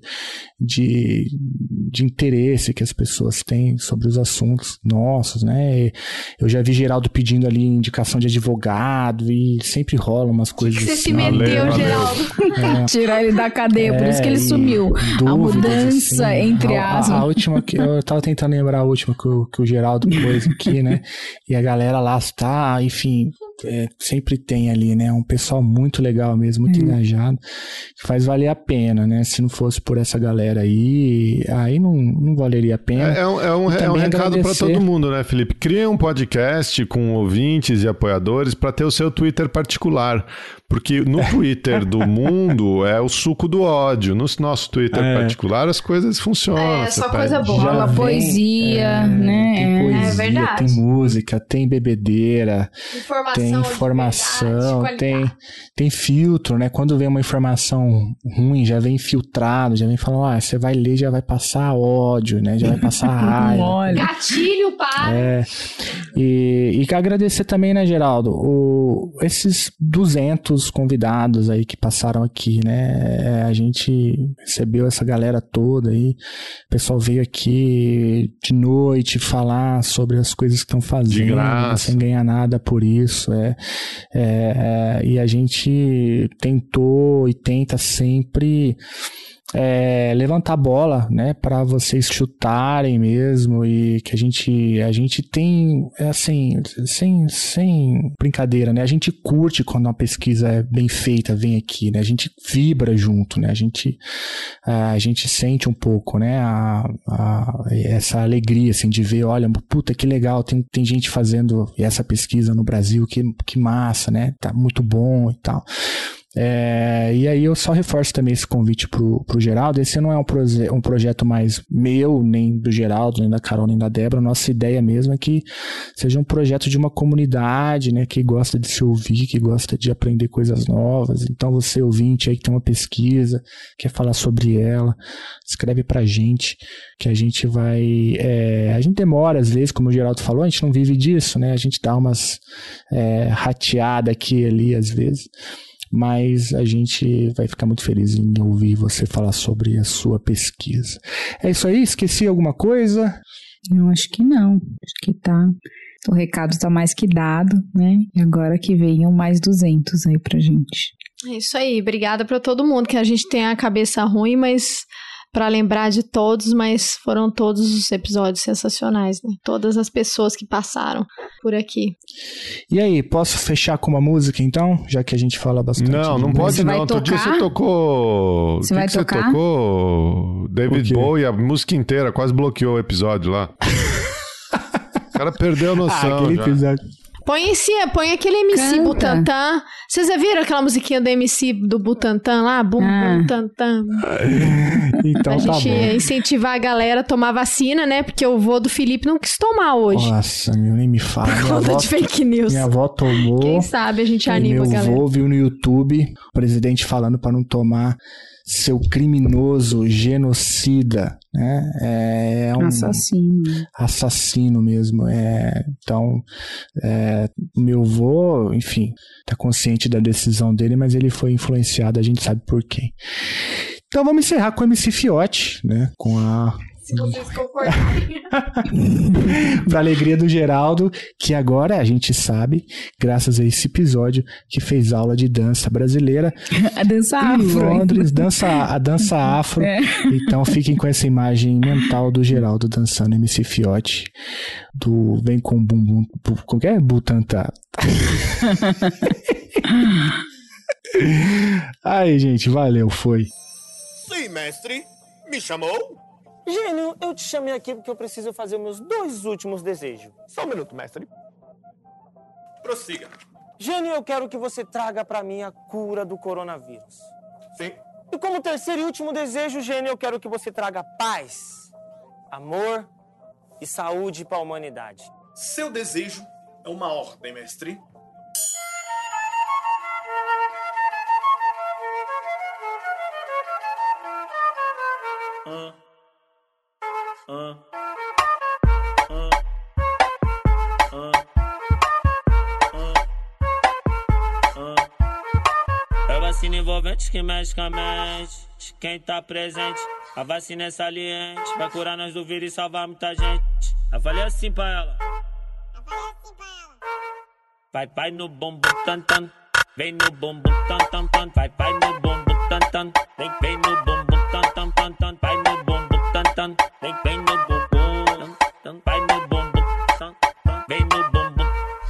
S2: interesse que as pessoas têm sobre os assuntos nossos, né? Eu já vi Geraldo pedindo ali indicação de advogado e sempre rola umas coisas
S3: assim.
S2: Você
S3: se meteu, Geraldo.
S4: Tirar ele da cadeia, por isso que ele sumiu. A mudança, assim, entre aspas.
S2: A última que eu tava tentando lembrar, a última que o Geraldo pôs aqui, né? E a galera lá está, enfim, sempre tem ali, né? Um pessoal muito legal mesmo, muito engajado, que faz valer a pena, né? Se não fosse por essa galera aí não valeria a pena.
S5: É um recado para todo mundo, né, Felipe? Cria um podcast com ouvintes e apoiadores para ter o seu Twitter particular, porque no Twitter do mundo é o suco do ódio. No nosso Twitter particular as coisas funcionam.
S3: É só coisa boa.
S4: Uma poesia, né?
S2: Tem poesia,
S3: verdade.
S2: tem música, tem bebedeira, tem informação, tem filtro, né? Quando vem uma informação ruim, já vem filtrado, já vem falando, você vai ler, já vai passar ódio, né? Já vai passar raiva.
S3: Gatilho, para!
S2: E agradecer também, né, Geraldo, esses 200 convidados aí que passaram aqui, né? A gente recebeu essa galera toda aí, o pessoal veio aqui de noite falar sobre as coisas que estão fazendo, sem ganhar nada por isso, e a gente tentou e tenta sempre levantar a bola, né, para vocês chutarem mesmo, e que a gente tem, assim, sem brincadeira, né, a gente curte quando uma pesquisa é bem feita, vem aqui, né, a gente vibra junto, né, a gente sente um pouco, né, essa alegria, assim, de ver, olha, puta, que legal, tem gente fazendo essa pesquisa no Brasil, que massa, né, tá muito bom e tal. E aí eu só reforço também esse convite pro Geraldo. Esse não é um projeto mais meu, nem do Geraldo, nem da Carol, nem da Débora. Nossa ideia mesmo é que seja um projeto de uma comunidade, né, que gosta de se ouvir, que gosta de aprender coisas novas. Então você, ouvinte aí que tem uma pesquisa, quer falar sobre ela, escreve pra gente, que a gente vai... a gente demora às vezes, como o Geraldo falou, a gente não vive disso, né? A gente dá umas rateadas aqui e ali às vezes. Mas a gente vai ficar muito feliz em ouvir você falar sobre a sua pesquisa. É isso aí? Esqueci alguma coisa?
S4: Eu acho que não. Acho que o recado tá mais que dado, né? E agora que venham mais 200 aí pra gente.
S3: É isso aí. Obrigada pra todo mundo, que a gente tem a cabeça ruim, mas... para lembrar de todos, mas foram todos os episódios sensacionais, né? Todas as pessoas que passaram por aqui.
S2: E aí, posso fechar com uma música, então? Já que a gente fala bastante.
S5: Não pode não. Outro dia você tocou...
S4: Você vai tocar?
S5: Você tocou David Bowie, a música inteira, quase bloqueou o episódio lá. O cara perdeu a noção
S2: aquele
S5: já.
S2: Episódio.
S3: Põe aquele MC Butantan. Vocês já viram aquela musiquinha do MC do Butantan lá? Butantan.
S2: Então
S3: a gente incentivar a galera a tomar vacina, né? Porque o vô do Felipe não quis tomar hoje.
S2: Nossa, nem me fala.
S3: Por conta de fake news.
S2: Minha avó tomou.
S3: Quem sabe a gente anima a galera.
S2: Meu avô viu no YouTube o presidente falando pra não tomar, seu criminoso, genocida, né? É um assassino mesmo. Então, meu avô, enfim, tá consciente da decisão dele, mas ele foi influenciado, a gente sabe por quem. Então vamos encerrar com o MC Fiote, né? Com a...
S3: Se vocês concordarem.
S2: Pra alegria do Geraldo, que agora a gente sabe, graças a esse episódio, que fez aula de dança brasileira.
S4: A dança afro.
S2: Em Londres, a dança afro. Então fiquem com essa imagem mental do Geraldo dançando MC Fiote, do Vem com Bumbum. Como que é? Butantan. Aí, gente, valeu, foi.
S6: Sim, mestre. Me chamou?
S7: Gênio, eu te chamei aqui porque eu preciso fazer meus 2 últimos desejos.
S6: Só um minuto, mestre. Prossiga.
S7: Gênio, eu quero que você traga pra mim a cura do coronavírus.
S6: Sim.
S7: E como terceiro e último desejo, Gênio, eu quero que você traga paz, amor e saúde pra humanidade.
S6: Seu desejo é uma ordem, mestre.
S8: É vacina envolvente que mexe com a mente. Quem tá presente, a vacina é saliente. Vai curar nós do vírus e salvar muita gente. Eu falei assim pra ela. Vai, pai no bumbum tan tan. Vem no bumbum tan tan tan. Vai, pai no bumbum tan tan. Vem no bumbum tan tan tan tan. Vai no bumbum tan tan. Vem no bumbum tan. Vai no bumbum tan tan. Vem no bumbum.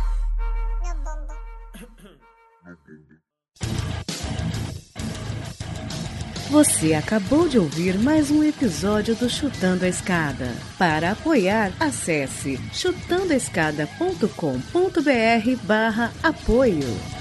S9: Você acabou de ouvir mais um episódio do Chutando a Escada. Para apoiar, acesse chutandoaescada.com.br/apoio.